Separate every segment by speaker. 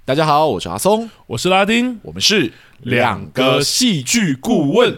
Speaker 1: 大家好，我是阿松，
Speaker 2: 我是拉丁，
Speaker 1: 我们是
Speaker 2: 两个戏剧顾问。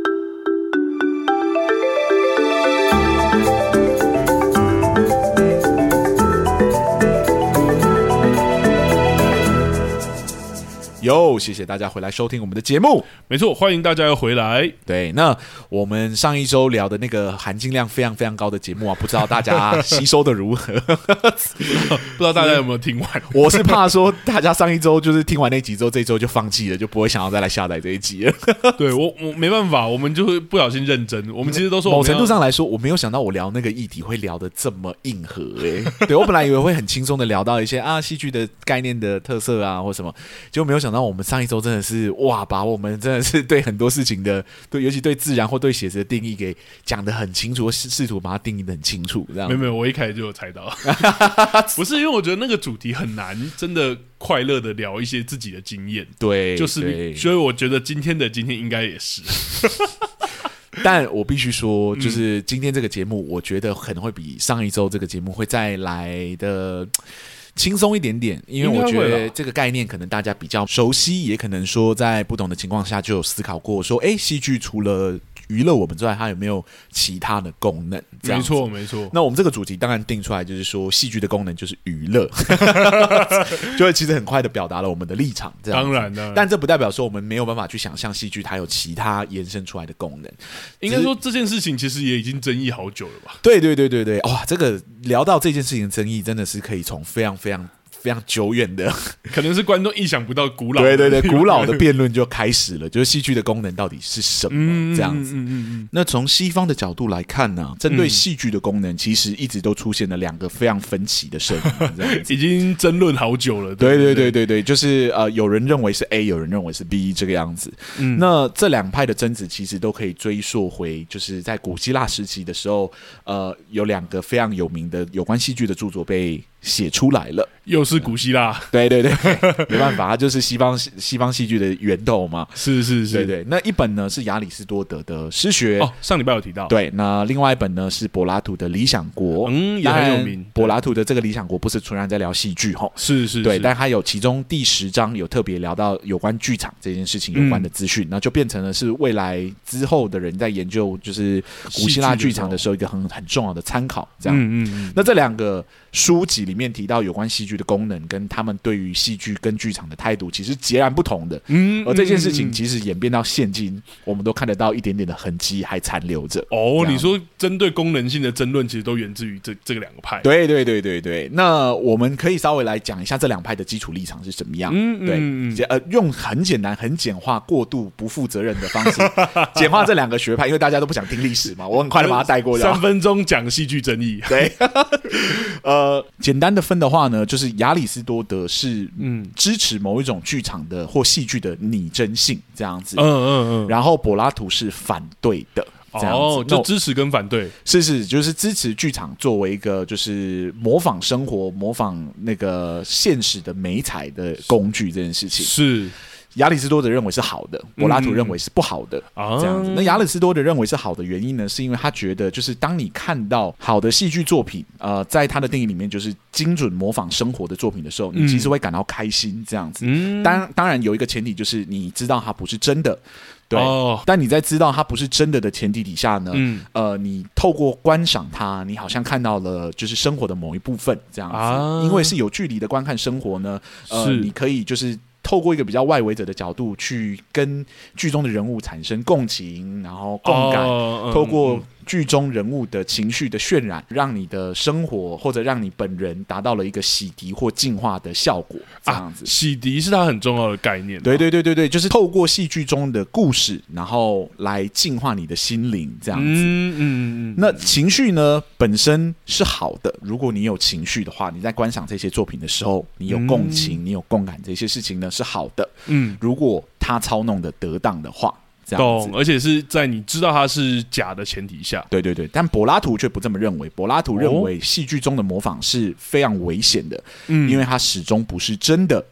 Speaker 1: 谢谢大家回来收听我们的节目。
Speaker 2: 没错，欢迎大家又回来。
Speaker 1: 对，那我们上一周聊的那个含金量非常非常高的节目啊，不知道大家吸收的如何？
Speaker 2: 不知道大家有没有听完？
Speaker 1: 我是怕说大家上一周就是听完那集之后，这一周就放弃了，就不会想要再来下载这一集了。
Speaker 2: 对我没办法，我们就会不小心认真。我们其实都说
Speaker 1: 某程度上来说，我没有想到我聊那个议题会聊得这么硬核对，我本来以为会很轻松的聊到一些戏剧的概念的特色啊或什么，结果没有想到我们上一周真的是哇，把我们真的是对很多事情的，对，尤其对自然或对写实的定义给讲得很清楚，试图把它定义得很清楚。这样
Speaker 2: 没有，我一开始就有猜到，不是因为我觉得那个主题很难，真的快乐的聊一些自己的经验。
Speaker 1: 对，
Speaker 2: 就是所以我觉得今天应该也是。
Speaker 1: 但我必须说，就是今天这个节目，我觉得可能会比上一周这个节目会再来的轻松一点点，因为我觉得这个概念可能大家比较熟悉，也可能说在不同的情况下就有思考过说，戏剧除了娱乐我们之外，它有没有其他的功能？
Speaker 2: 没错，没错。
Speaker 1: 那我们这个主题当然定出来，就是说戏剧的功能就是娱乐，就会其实很快的表达了我们的立场。这样
Speaker 2: 当然，
Speaker 1: 但这不代表说我们没有办法去想象戏剧它有其他延伸出来的功能。
Speaker 2: 应该说这件事情其实也已经争议好久了吧？
Speaker 1: 对，哇，这个聊到这件事情的争议，真的是可以从非常非常非常久远的，
Speaker 2: 可能是观众意想不到古老的，
Speaker 1: 对，古老的辩论就开始了，就是戏剧的功能到底是什么这样子。那从西方的角度来看呢，针对戏剧的功能，其实一直都出现了两个非常分歧的声音，这样子
Speaker 2: 已经争论好久了。
Speaker 1: 对，就是有人认为是 A， 有人认为是 B 这个样子。那这两派的争执其实都可以追溯回，就是在古希腊时期的时候，有两个非常有名的有关戏剧的著作被写出来了。
Speaker 2: 又是古希腊，
Speaker 1: 对，没办法，它就是西方戏剧的源头嘛。
Speaker 2: 是，
Speaker 1: 对。那一本呢是亚里士多德的诗学，
Speaker 2: 上礼拜有提到。
Speaker 1: 对，那另外一本呢是柏拉图的理想国，
Speaker 2: 也很有名。
Speaker 1: 柏拉图的这个理想国不是纯然在聊戏剧
Speaker 2: 是，
Speaker 1: 对，但他有其中第10章有特别聊到有关剧场这件事情有关的资讯，那就变成了是未来之后的人在研究就是古希腊剧场的时候一个很重要的参考。这样，那这两个书籍里面提到有关戏剧的功能跟他们对于戏剧跟剧场的态度其实截然不同的。而这件事情其实演变到现今，我们都看得到一点点的痕迹还残留着。
Speaker 2: 你说针对功能性的争论其实都源自于这个两个派。
Speaker 1: 对，那我们可以稍微来讲一下这两派的基础立场是什么样。用很简单很简化过度不负责任的方式简化这两个学派，因为大家都不想听历史嘛，我很快的把它带过去
Speaker 2: ，3分钟讲戏剧争议。
Speaker 1: 对简单的分的话呢，就是亚里士多德是支持某一种剧场的或戏剧的拟真性这样子。然后柏拉图是反对的。这样子
Speaker 2: 就支持跟反对
Speaker 1: 是，就是支持剧场作为一个就是模仿生活、模仿那个现实的媒材的工具这件事情
Speaker 2: 是。
Speaker 1: 亚里士多德认为是好的，柏拉图认为是不好的。这样子，那亚里士多德认为是好的原因呢，是因为他觉得就是当你看到好的戏剧作品，在他的定义里面就是精准模仿生活的作品的时候，你其实会感到开心。这样子，当然有一个前提就是你知道它不是真的。对，但你在知道它不是真的前提底下呢，你透过观赏它，你好像看到了就是生活的某一部分这样子。因为是有距离的观看生活呢，你可以就是透过一个比较外围者的角度去跟剧中的人物产生共情，然后共感，透过剧中人物的情绪的渲染，让你的生活或者让你本人达到了一个洗涤或净化的效果。这样子，
Speaker 2: 洗涤是它很重要的概念。
Speaker 1: 对，就是透过戏剧中的故事，然后来净化你的心灵。这样子，那情绪呢本身是好的，如果你有情绪的话，你在观赏这些作品的时候，你有共情，你有共感，这些事情呢是好的。如果他操弄的得当的话。
Speaker 2: 懂，而且是在你知道它是假的前提下。
Speaker 1: 对，但柏拉图却不这么认为。柏拉图认为戏剧中的模仿是非常危险的，因为它始终不是真的。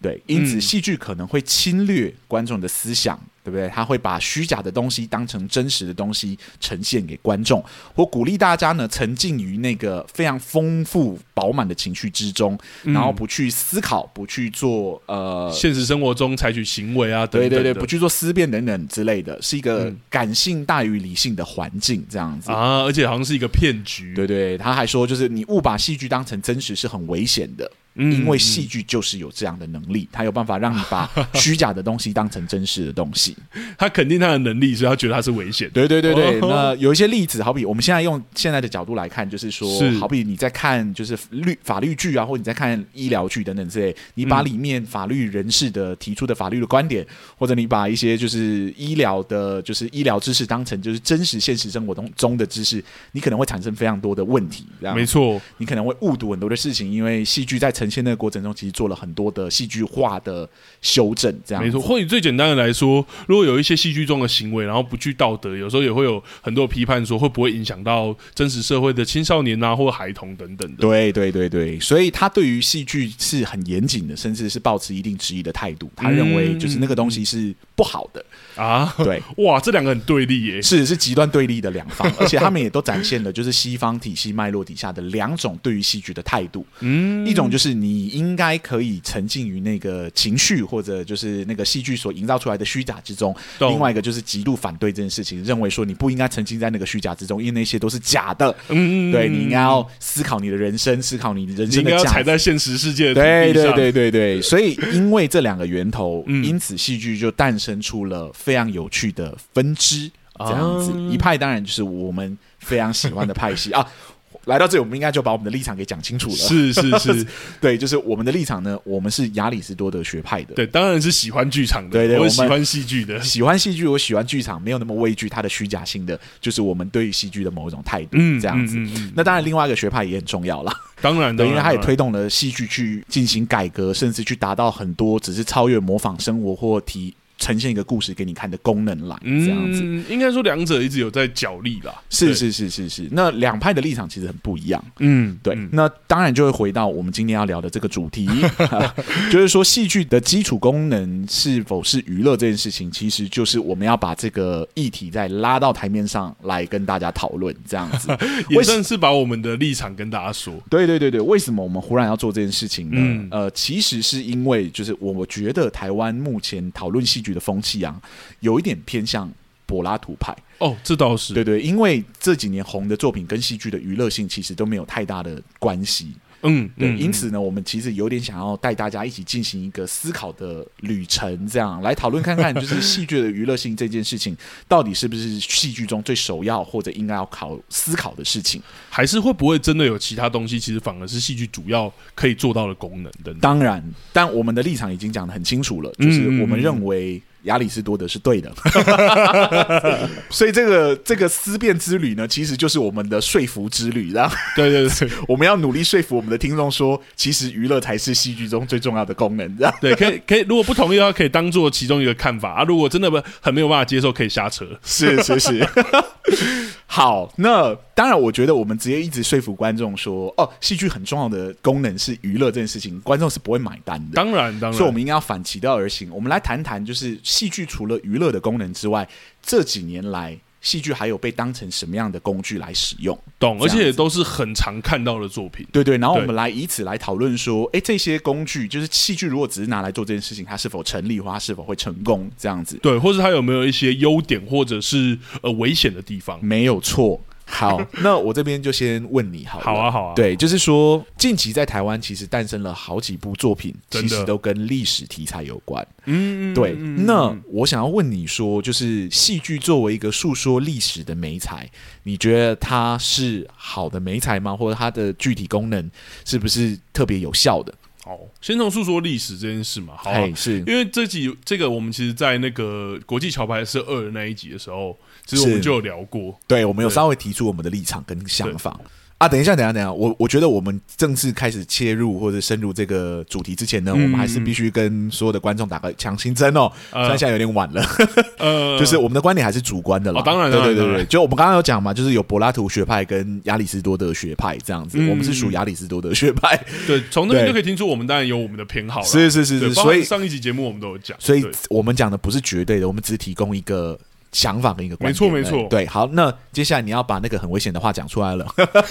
Speaker 1: 对，因此戏剧可能会侵略观众的思想，对不对？他会把虚假的东西当成真实的东西呈现给观众，或鼓励大家呢沉浸于那个非常丰富饱满的情绪之中，然后不去思考，不去做
Speaker 2: 现实生活中采取行为啊等等的，
Speaker 1: 对对对，不去做思辨等等之类的，是一个感性大于理性的环境这样子
Speaker 2: 啊，而且好像是一个骗局。
Speaker 1: 对对，他还说就是你误把戏剧当成真实是很危险的。因为戏剧就是有这样的能力，他有办法让你把虚假的东西当成真实的东西。
Speaker 2: 他肯定他的能力，所以他觉得他是危险的。
Speaker 1: 对对对对，那有一些例子，好比我们现在用现在的角度来看，就是说，好比你在看就是法律剧啊，或者你在看医疗剧等等之类，你把里面法律人士的提出的法律的观点，或者你把一些就是医疗的，就是医疗知识当成就是真实现实生活中的知识，你可能会产生非常多的问题。
Speaker 2: 没错，
Speaker 1: 你可能会误读很多的事情，因为戏剧在呈现那个过程中，其实做了很多的戏剧化的修正，这样
Speaker 2: 没错。或者最简单的来说，如果有一些戏剧中的行为，然后不具道德，有时候也会有很多批判说会不会影响到真实社会的青少年啊，或孩童等等的。
Speaker 1: 对对对对，所以他对于戏剧是很严谨的，甚至是抱持一定质疑的态度。他认为就是那个东西是不好的啊。对，
Speaker 2: 哇，这两个很对立耶，
Speaker 1: 是极端对立的两方，而且他们也都展现了就是西方体系脉络底下的两种对于戏剧的态度。一种就是你应该可以沉浸于那个情绪或者就是那个戏剧所营造出来的虚假之中，另外一个就是极度反对这件事情，认为说你不应该沉浸在那个虚假之中，因为那些都是假的。对，你应该要思考你的人生，思考你人生的价值，
Speaker 2: 你应该要踩在现实世界的土地上。
Speaker 1: 对对对对对，所以因为这两个源头，因此戏剧就诞生出了非常有趣的分支，这样子一派当然就是我们非常喜欢的派系啊。来到这里，我们应该就把我们的立场给讲清楚了。
Speaker 2: 是是是，
Speaker 1: 对，就是我们的立场呢，我们是亚里士多德学派的。
Speaker 2: 对，当然是喜欢剧场的，
Speaker 1: 对对，
Speaker 2: 我喜欢戏剧的，
Speaker 1: 喜欢戏剧，我喜欢剧场，没有那么畏惧它的虚假性的，就是我们对于戏剧的某一种态度，这样子。那当然，另外一个学派也很重要啦。
Speaker 2: 当然，
Speaker 1: 对，因为它也推动了戏剧去进行改革，甚至去达到很多只是超越模仿生活或呈现一个故事给你看的功能来，这样子。
Speaker 2: 应该说两者一直有在角力啦。
Speaker 1: 是是是是是，那两派的立场其实很不一样。对。那当然就会回到我们今天要聊的这个主题，就是说戏剧的基础功能是否是娱乐这件事情，其实就是我们要把这个议题再拉到台面上来跟大家讨论，这样子。
Speaker 2: 也算是把我们的立场跟大家说。
Speaker 1: 对对对对，为什么我们忽然要做这件事情呢？其实是因为就是我觉得台湾目前讨论戏剧的风气啊，有一点偏向柏拉图派。
Speaker 2: 哦，这倒是。
Speaker 1: 对对，因为这几年红的作品跟戏剧的娱乐性其实都没有太大的关系。对，因此呢，我们其实有点想要带大家一起进行一个思考的旅程，这样来讨论看看，就是戏剧的娱乐性这件事情，到底是不是戏剧中最首要或者应该要思考的事情，
Speaker 2: 还是会不会真的有其他东西，其实反而是戏剧主要可以做到的功能的？
Speaker 1: 当然，但我们的立场已经讲得很清楚了，就是我们认为亚里士多德是对的，所以这个思辨之旅呢，其实就是我们的说服之旅，然后
Speaker 2: 对对对，
Speaker 1: 我们要努力说服我们的听众说，其实娱乐才是戏剧中最重要的功能，这样
Speaker 2: 对，可以，如果不同意的话，可以当做其中一个看法啊。如果真的很没有办法接受，可以下车。
Speaker 1: 是是是。好，那当然，我觉得我们直接一直说服观众说，戏剧很重要的功能是娱乐这件事情，观众是不会买单的。
Speaker 2: 当然，
Speaker 1: 所以我们应该要反其道而行。我们来谈谈，就是戏剧除了娱乐的功能之外，这几年来戏剧还有被当成什么样的工具来使用？
Speaker 2: 懂，而且也都是很常看到的作品。
Speaker 1: 对对，然后我们来以此来讨论说，这些工具就是戏剧如果只是拿来做这件事情，它是否成立或它是否会成功这样子？
Speaker 2: 对，或是它有没有一些优点或者是危险的地方？
Speaker 1: 没有错。好，那我这边就先问你好了。
Speaker 2: 好啊，好啊。
Speaker 1: 对，就是说，近期在台湾其实诞生了好几部作品，其实都跟历史题材有关。对。那我想要问你说，就是戏剧作为一个述说历史的媒材，你觉得它是好的媒材吗？或者它的具体功能是不是特别有效的？
Speaker 2: 先从述说历史这件事嘛，好啊，
Speaker 1: 是
Speaker 2: 因为这个我们其实，在那个国际桥牌社2的那一集的时候，其实我们就有聊过，
Speaker 1: 对，我们有稍微提出我们的立场跟想法啊，等一下，我觉得我们正式开始切入或者深入这个主题之前呢，我们还是必须跟所有的观众打个强心针哦。虽然现在有点晚了，就是我们的观点还是主观的啦。
Speaker 2: 当然，
Speaker 1: 对，就我们刚刚有讲嘛，就是有柏拉图学派跟亚里士多德学派这样子，我们是属亚里士多德学派。
Speaker 2: 对，从那边就可以听出我们当然有我们的偏好了。
Speaker 1: 是，
Speaker 2: 所以上一集节目我们都有讲，
Speaker 1: 所以我们讲的不是绝对的，我们只是提供一个想法跟一个观点。
Speaker 2: 没错。
Speaker 1: 对，好，那接下来你要把那个很危险的话讲出来了。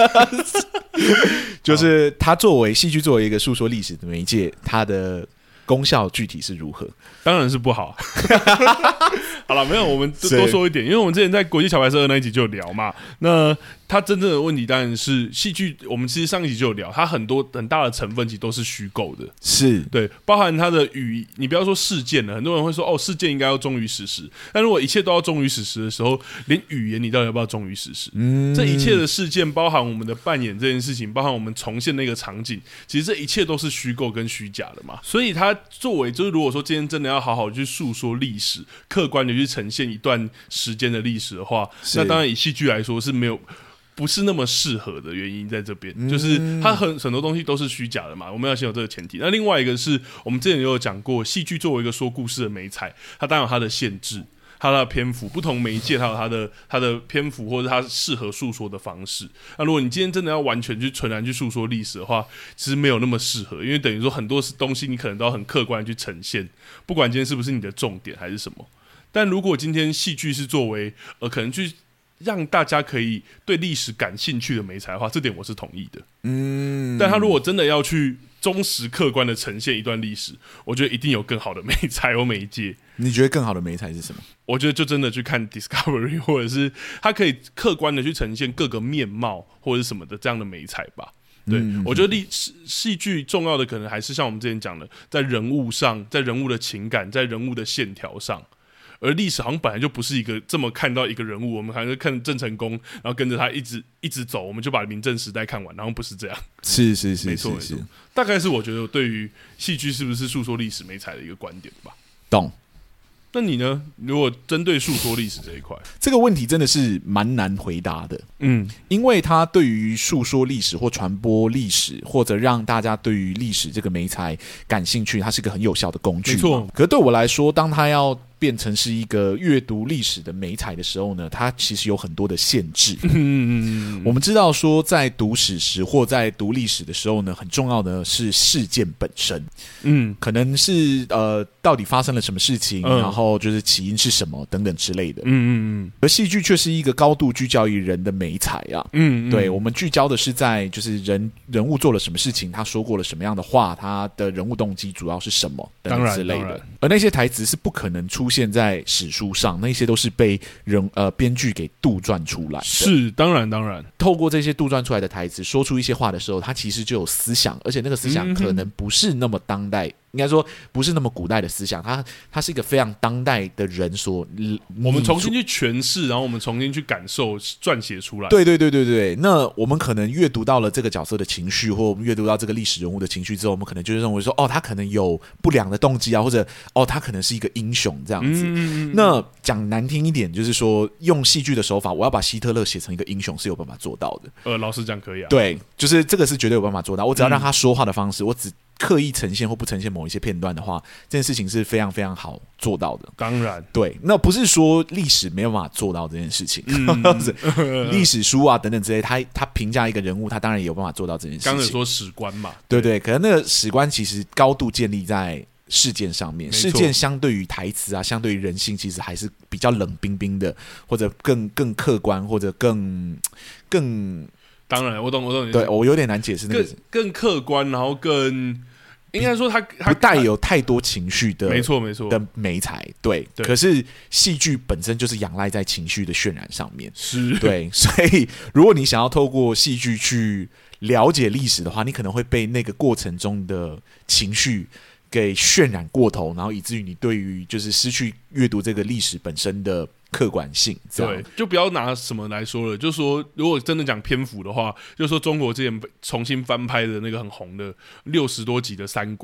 Speaker 1: 就是它作为戏剧，作为一个述说历史的媒介，它的功效具体是如何？
Speaker 2: 当然是不好。好了，没有，我们多说一点，因为我们之前在国际桥牌社那一集就有聊嘛。那它真正的问题当然是戏剧，我们其实上一集就有聊，它很大的成分其实都是虚构的，
Speaker 1: 是对，
Speaker 2: 包含它的你不要说事件了，很多人会说哦，事件应该要忠于史实，但如果一切都要忠于史实的时候，连语言你到底要不要忠于史实？这一切的事件，包含我们的扮演这件事情，包含我们重现那个场景，其实这一切都是虚构跟虚假的嘛。所以它作为就是如果说今天真的要好好去述说历史，客观的去呈现一段时间的历史的话，那当然以戏剧来说是不是那么适合的原因在这边，就是它很多东西都是虚假的嘛，我们要先有这个前提。那另外一个是我们之前也有讲过，戏剧作为一个说故事的媒材，它当然有它的限制，它的篇幅，不同媒介它有它的篇幅或者它适合述说的方式。那如果你今天真的要完全去纯然去述说历史的话，其实没有那么适合，因为等于说很多东西你可能都要很客观的去呈现，不管今天是不是你的重点还是什么。但如果今天戏剧是作为可能去让大家可以对历史感兴趣的媒材的话，这点我是同意的。但他如果真的要去忠实客观的呈现一段历史，我觉得一定有更好的媒材或媒介。
Speaker 1: 你觉得更好的媒材是什么？
Speaker 2: 我觉得就真的去看 Discovery， 或者是他可以客观的去呈现各个面貌或者是什么的这样的媒材吧。对，我觉得戏剧重要的可能还是像我们之前讲的，在人物上，在人物的情感，在人物的线条上。而历史好像本来就不是一个这么看到一个人物，我们好像看郑成功，然后跟着他一直走，我们就把明郑时代看完，然后不是这样。是，
Speaker 1: 没错，
Speaker 2: 大概是我觉得对于戏剧是不是述说历史媒材的一个观点吧。
Speaker 1: 懂。
Speaker 2: 那你呢？如果针对述说历史这一块，
Speaker 1: 这个问题真的是蛮难回答的。因为它对于述说历史或传播历史，或者让大家对于历史这个媒材感兴趣，它是一个很有效的工具。没错。可是对我来说，当它要变成是一个阅读历史的媒材的时候呢，它其实有很多的限制。我们知道说，在读史实或在读历史的时候呢，很重要的是事件本身。可能是到底发生了什么事情，然后就是起因是什么等等之类的。而戏剧却是一个高度聚焦于人的媒材啊。对，我们聚焦的是在就是人物做了什么事情，他说过了什么样的话，他的人物动机主要是什么等等之类的。而那些台词是不可能出现在史书上，那些都是被编剧给杜撰出来的。
Speaker 2: 是，当然，
Speaker 1: 透过这些杜撰出来的台词，说出一些话的时候，它其实就有思想，而且那个思想可能不是那么当代，应该说不是那么古代的思想，它是一个非常当代的人
Speaker 2: 我们重新去诠释，然后我们重新去感受，撰写出来。
Speaker 1: 对。那我们可能阅读到了这个角色的情绪，或我们阅读到这个历史人物的情绪之后，我们可能就认为说，他可能有不良的动机啊，或者他可能是一个英雄这样子。那讲难听一点，就是说用戏剧的手法，我要把希特勒写成一个英雄是有办法做到的。
Speaker 2: 老实讲可以啊。
Speaker 1: 对，就是这个是绝对有办法做到。我只要让他说话的方式，我只刻意呈现或不呈现某一些片段的话，这件事情是非常非常好做到的。
Speaker 2: 当然，
Speaker 1: 对，那不是说历史没有办法做到这件事情。历史书啊等等之类，他评价一个人物，他当然也有办法做到这件事情。
Speaker 2: 刚才说史观嘛，
Speaker 1: 对，可能那个史观其实高度建立在事件上面，事件相对于台词啊，相对于人性，其实还是比较冷冰冰的，或者更客观，或者更。
Speaker 2: 当然，我懂。
Speaker 1: 对，我有点难解释那个
Speaker 2: 更客观，然后更应该说它
Speaker 1: 不带有太多情绪的，
Speaker 2: 没错
Speaker 1: 的媒材。对。可是戏剧本身就是仰赖在情绪的渲染上面，
Speaker 2: 是
Speaker 1: 对。所以如果你想要透过戏剧去了解历史的话，你可能会被那个过程中的情绪给渲染过头，然后以至于你对于就是失去阅读这个历史本身的客观性。
Speaker 2: 对，就不要拿什么来说了，就说如果真的讲篇幅的话，就说中国之前重新翻拍的那个很红的60多集的《三国》。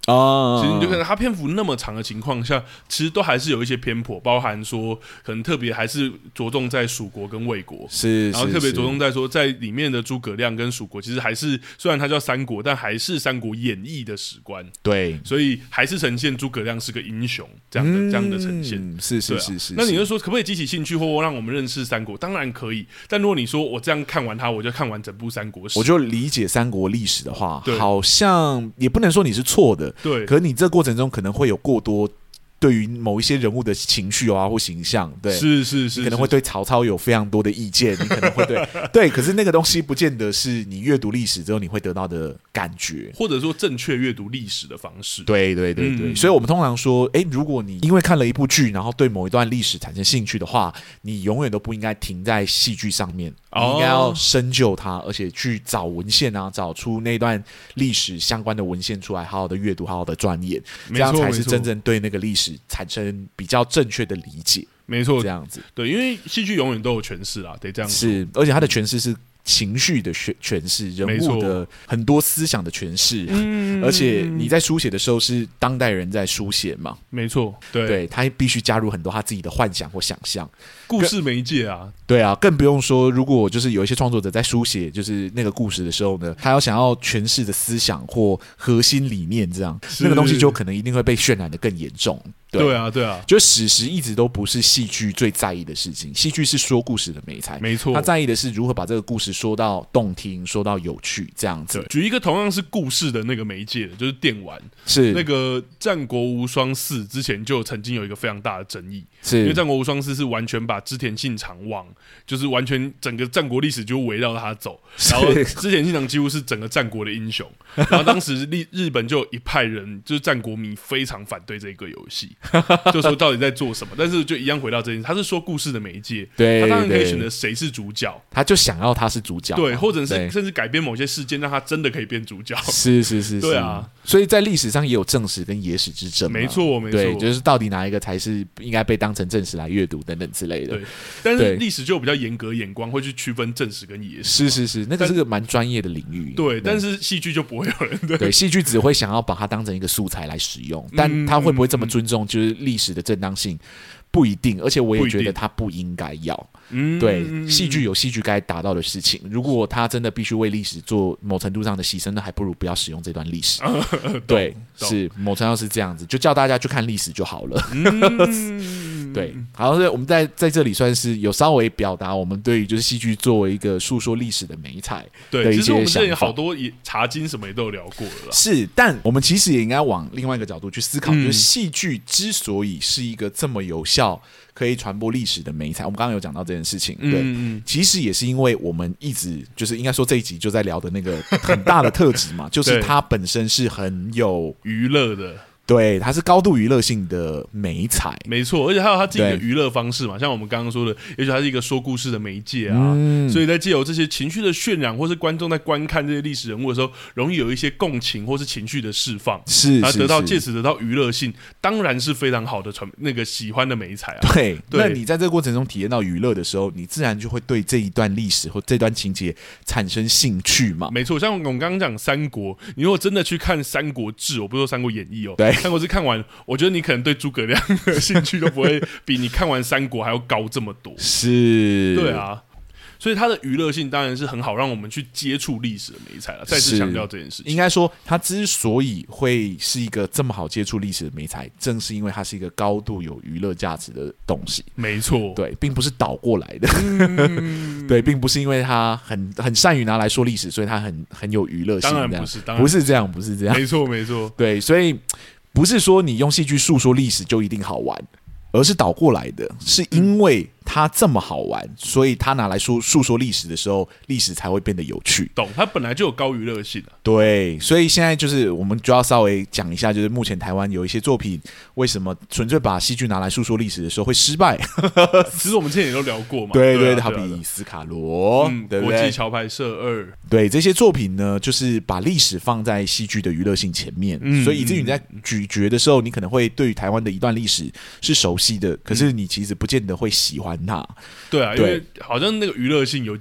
Speaker 2: 其实你就看它篇幅那么长的情况下，其实都还是有一些偏颇，包含说可能特别还是着重在蜀国跟魏国，
Speaker 1: 是，
Speaker 2: 然后特别着重在说在里面的诸葛亮跟蜀国，其实还是虽然它叫三国，但还是三国演义的史观，
Speaker 1: 对，
Speaker 2: 所以还是呈现诸葛亮是个英雄这样的呈现，
Speaker 1: 是。
Speaker 2: 那你就说可不可以激起兴趣或让我们认识三国？当然可以，但如果你说我这样看完它，我就看完整部三国史，
Speaker 1: 我就理解三国历史的话，好像也不能说你是错的，
Speaker 2: 对，
Speaker 1: 可是你这过程中可能会有过多对于某一些人物的情绪啊或形象，对，
Speaker 2: 是，
Speaker 1: 你可能会对曹操有非常多的意见，你可能会对，可是那个东西不见得是你阅读历史之后你会得到的感觉，
Speaker 2: 或者说正确阅读历史的方式。
Speaker 1: 对，所以我们通常说，如果你因为看了一部剧，然后对某一段历史产生兴趣的话，你永远都不应该停在戏剧上面，你应该要深究它，而且去找文献啊，找出那段历史相关的文献出来，好好的阅读，好好的钻研，这样才是真正对那个历史产生比较正确的理解。
Speaker 2: 没错，
Speaker 1: 这样子。
Speaker 2: 对，因为戏剧永远都有诠释啦，得这样说。
Speaker 1: 是，而且它的诠释是情绪的诠释，人物的很多思想的诠释，而且你在书写的时候是当代人在书写嘛，
Speaker 2: 没错，对，
Speaker 1: 他必须加入很多他自己的幻想或想象，
Speaker 2: 故事媒介啊，
Speaker 1: 对啊，更不用说如果就是有一些创作者在书写就是那个故事的时候呢，他要想要诠释的思想或核心理念，这样那个东西就可能一定会被渲染的更严重。
Speaker 2: 对啊，
Speaker 1: 就史实一直都不是戏剧最在意的事情，戏剧是说故事的媒材，
Speaker 2: 没错，
Speaker 1: 他在意的是如何把这个故事说到动听，说到有趣，这样子。
Speaker 2: 举一个同样是故事的那个媒介的，就是电玩，
Speaker 1: 是
Speaker 2: 那个《战国无双4》之前就曾经有一个非常大的争议，
Speaker 1: 是
Speaker 2: 因为《战国无双4》是完全把织田信长就是完全整个战国历史就围绕他走，然后织田信长几乎是整个战国的英雄，然后当时日本就有一派人就是战国迷非常反对这个游戏。就说到底在做什么，但是就一样回到这件事，他是说故事的媒介，
Speaker 1: 对，
Speaker 2: 他当然可以选择谁是主角，
Speaker 1: 他就想要他是主角，
Speaker 2: 对，或者是甚至改编某些事件，让他真的可以变主角，
Speaker 1: 是，
Speaker 2: 对啊，
Speaker 1: 所以在历史上也有正史跟野史之争，
Speaker 2: 没错，
Speaker 1: 对，就是到底哪一个才是应该被当成正史来阅读等等之类的，
Speaker 2: 对，但是历史就有比较严格眼光，会去区分正史跟野史，
Speaker 1: 是，那个是个蛮专业的领域，
Speaker 2: 对，但是戏剧就不会有人，
Speaker 1: 对，戏剧只会想要把它当成一个素材来使用，但他会不会这么尊重就是历史的正当性不一定，而且我也觉得他不应该要。对，戏剧有戏剧该达到的事情，如果他真的必须为历史做某程度上的牺牲，那还不如不要使用这段历史。对，是某程度是这样子，就叫大家去看历史就好了。对，好，所以我们在这里算是有稍微表达我们对于就是戏剧作为一个述说历史的媒材的一些想法。其实我们之
Speaker 2: 前好多茶经什么也都有聊过了啦。
Speaker 1: 是，但我们其实也应该往另外一个角度去思考，就是戏剧之所以是一个这么有效可以传播历史的媒材，我们刚刚有讲到这件事情，对，其实也是因为我们一直就是应该说这一集就在聊的那个很大的特质嘛，就是它本身是很有
Speaker 2: 娱乐的。
Speaker 1: 对，它是高度娱乐性的媒材，
Speaker 2: 没错，而且还有它自己的娱乐方式嘛，像我们刚刚说的，也许它是一个说故事的媒介啊，所以在藉由这些情绪的渲染，或是观众在观看这些历史人物的时候，容易有一些共情或是情绪的释放，
Speaker 1: 是，
Speaker 2: 借此得到娱乐性，当然是非常好的那个喜欢的媒材啊。
Speaker 1: 对，那你在这个过程中体验到娱乐的时候，你自然就会对这一段历史或这段情节产生兴趣嘛。
Speaker 2: 没错，像我们刚刚讲三国，你如果真的去看《三国志》，我不是说《三国演义》哦，
Speaker 1: 对。
Speaker 2: 三国志看完，我觉得你可能对诸葛亮的兴趣都不会比你看完三国还要高这么多。
Speaker 1: 是，
Speaker 2: 对啊，所以它的娱乐性当然是很好，让我们去接触历史的媒材了。再次强调这件事情，
Speaker 1: 应该说它之所以会是一个这么好接触历史的媒材，正是因为它是一个高度有娱乐价值的东西。
Speaker 2: 没错，
Speaker 1: 对，并不是倒过来的。对，并不是因为它很善于拿来说历史，所以它很有娱乐性。
Speaker 2: 当然不是，
Speaker 1: 不是这样，不是这样。
Speaker 2: 没错，没错。
Speaker 1: 对，所以不是说你用戏剧述说历史就一定好玩，而是倒过来的，是因为它这么好玩，所以它拿来述说历史的时候，历史才会变得有趣。
Speaker 2: 懂，它本来就有高娱乐性啊。
Speaker 1: 对，所以现在就是我们就要稍微讲一下，就是目前台湾有一些作品，为什么纯粹把戏剧拿来述说历史的时候会失败？
Speaker 2: 其实我们之前也都聊过嘛。
Speaker 1: 对，好比斯卡罗，对不对？
Speaker 2: 国际桥牌社2，
Speaker 1: 对，这些作品呢，就是把历史放在戏剧的娱乐性前面，所以以至于你在咀嚼的时候，你可能会对于台湾的一段历史是熟悉的，可是你其实不见得会喜欢它。
Speaker 2: 对啊，因为好像那个娱乐性有点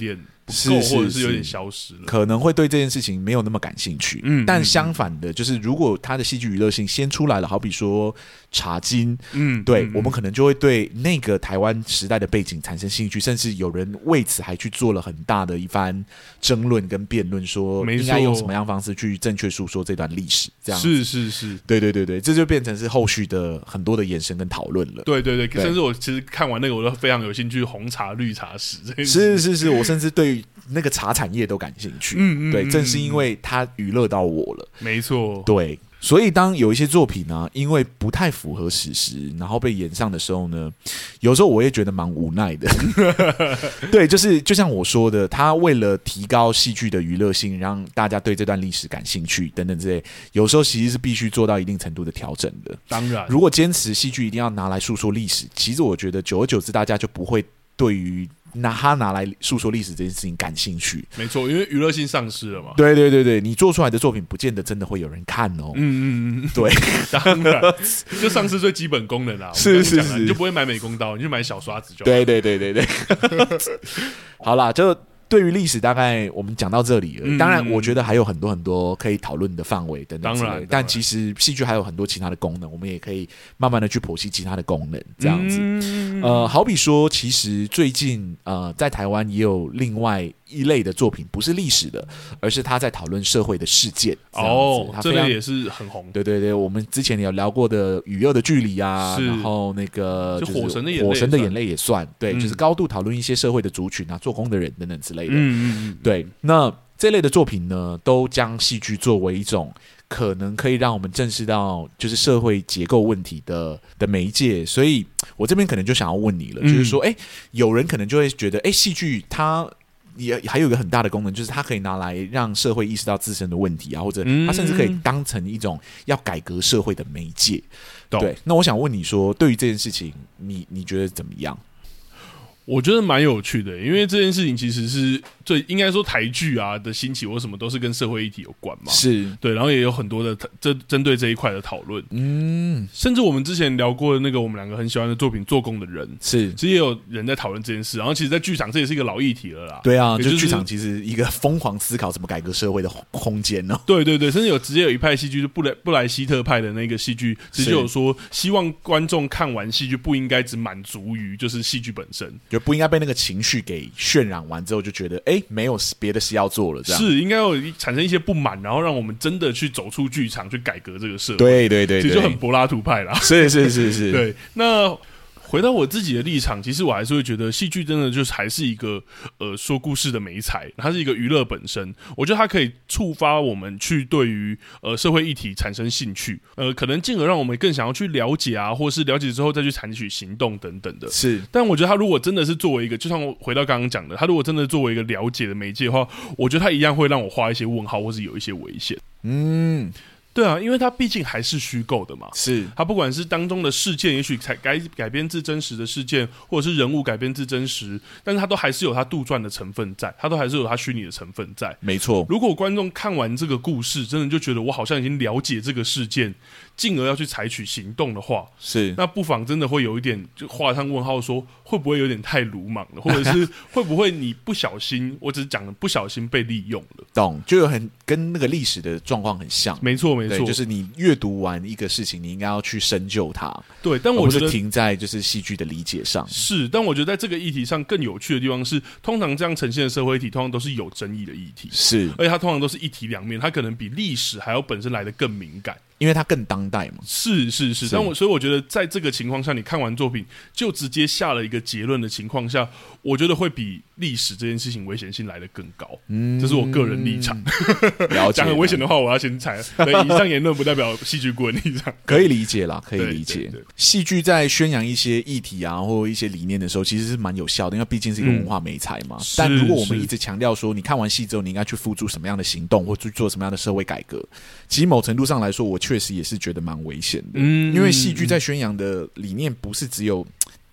Speaker 2: 不够，或者是有点消失了，
Speaker 1: 可能会对这件事情没有那么感兴趣。但相反的，就是如果它的戏剧娱乐性先出来了，好比说茶金，对，我们可能就会对那个台湾时代的背景产生兴趣，甚至有人为此还去做了很大的一番争论跟辩论，说应该用什么样方式去正确述说这段历史。这样
Speaker 2: 是，
Speaker 1: 对，这就变成是后续的很多的延伸跟讨论了。
Speaker 2: 对，甚至我其实看完那个，我都非常有兴趣红茶绿茶史。
Speaker 1: 是，我甚至对那个茶产业都感兴趣。对，正是因为它娱乐到我了。
Speaker 2: 没错，
Speaker 1: 对。所以当有一些作品呢，因为不太符合史实，然后被演上的时候呢，有时候我也觉得蛮无奈的。对，就像我说的，他为了提高戏剧的娱乐性，让大家对这段历史感兴趣等等之类，有时候其实是必须做到一定程度的调整的。
Speaker 2: 当然，
Speaker 1: 如果坚持戏剧一定要拿来诉说历史，其实我觉得久而久之，大家就不会对于拿来诉说历史这件事情感兴趣。
Speaker 2: 没错，因为娱乐性丧失了嘛。
Speaker 1: 对，你做出来的作品不见得真的会有人看哦。对，
Speaker 2: 当然就丧失最基本功能啦。
Speaker 1: 是，
Speaker 2: 你就不会买美工刀，你就买小刷子就好。
Speaker 1: 对。好啦，就对于历史大概我们讲到这里了。当然我觉得还有很多很多可以讨论的范围等等之类的。当然，但其实戏剧还有很多其他的功能，我们也可以慢慢的去剖析其他的功能这样子。好比说其实最近在台湾也有另外一类的作品，不是历史的，而是他在讨论社会的事件。
Speaker 2: 这类也是很红。
Speaker 1: 对，我们之前有聊过的《与恶的距离》啊，然后那个
Speaker 2: 就火神
Speaker 1: 的眼泪也算。对，就是高度讨论一些社会的族群啊、做工的人等等之类的。对，那这类的作品呢，都将戏剧作为一种可能可以让我们正视到就是社会结构问题的媒介。所以我这边可能就想要问你了，就是说，有人可能就会觉得，戏剧它也还有一个很大的功能，就是它可以拿来让社会意识到自身的问题啊，或者它甚至可以当成一种要改革社会的媒介。对，那我想问你说，对于这件事情，你觉得怎么样？
Speaker 2: 我觉得蛮有趣的，因为这件事情其实是应该说台剧啊的兴起或什么都是跟社会议题有关嘛，
Speaker 1: 是
Speaker 2: 对，然后也有很多的针对这一块的讨论，甚至我们之前聊过的那个我们两个很喜欢的作品《做工的人》，
Speaker 1: 是
Speaker 2: 其实也有人在讨论这件事，然后其实，在剧场这也是一个老议题了啦。
Speaker 1: 对啊，就是剧场其实一个疯狂思考怎么改革社会的空间呢。
Speaker 2: 对，甚至直接有一派戏剧，就布莱希特派的那个戏剧，直接有说希望观众看完戏剧不应该只满足于就是戏剧本身。
Speaker 1: 就不应该被那个情绪给渲染完之后就觉得没有别的事要做了，这样
Speaker 2: 是应该要产生一些不满，然后让我们真的去走出剧场去改革这个社会。
Speaker 1: 对，
Speaker 2: 其实就很柏拉图派啦。
Speaker 1: 是
Speaker 2: 对，那回到我自己的立场，其实我还是会觉得戏剧真的就是还是一个说故事的媒材，它是一个娱乐本身。我觉得它可以触发我们去对于社会议题产生兴趣，可能进而让我们更想要去了解啊，或是了解之后再去采取行动等等的。
Speaker 1: 是，
Speaker 2: 但我觉得它如果真的是作为一个，就像我回到刚刚讲的，它如果真的作为一个了解的媒介的话，我觉得它一样会让我画一些问号，或是有一些危险。对啊，因为它毕竟还是虚构的嘛，
Speaker 1: 是
Speaker 2: 它不管是当中的事件，也许改编自真实的事件，或者是人物改编自真实，但是它都还是有它杜撰的成分在，它都还是有它虚拟的成分在。
Speaker 1: 没错，
Speaker 2: 如果观众看完这个故事，真的就觉得我好像已经了解这个事件，进而要去采取行动的话，
Speaker 1: 是那
Speaker 2: 不妨真的会有一点就画上问号，说会不会有点太鲁莽了，或者是会不会你不小心，我只是讲了不小心被利用了，
Speaker 1: 懂？就很跟那个历史的状况很像。
Speaker 2: 没错，
Speaker 1: 就是你阅读完一个事情，你应该要去深究它。
Speaker 2: 对，但我觉得
Speaker 1: 不是停在就是戏剧的理解上。
Speaker 2: 是，但我觉得在这个议题上更有趣的地方是，通常这样呈现的社会议题，通常都是有争议的议题，
Speaker 1: 是，
Speaker 2: 而且它通常都是一体两面，它可能比历史还要本身来的更敏感。
Speaker 1: 因为它更当代嘛。
Speaker 2: 是，但所以我觉得在这个情况下，你看完作品就直接下了一个结论的情况下，我觉得会比历史这件事情危险性来得更高。这是我个人立场。
Speaker 1: 了解。
Speaker 2: 讲很危险的话，我要先猜。对，以上言论不代表戏剧顾问立场。
Speaker 1: 可以理解啦，可以理解。戏剧在宣扬一些议题啊，或一些理念的时候，其实是蛮有效的，因为毕竟是一个文化媒材嘛。但如果我们一直强调说，你看完戏之后，你应该去付诸什么样的行动，或去做什么样的社会改革，其实某程度上来说，我确实也是觉得蛮危险的。因为戏剧在宣扬的理念不是只有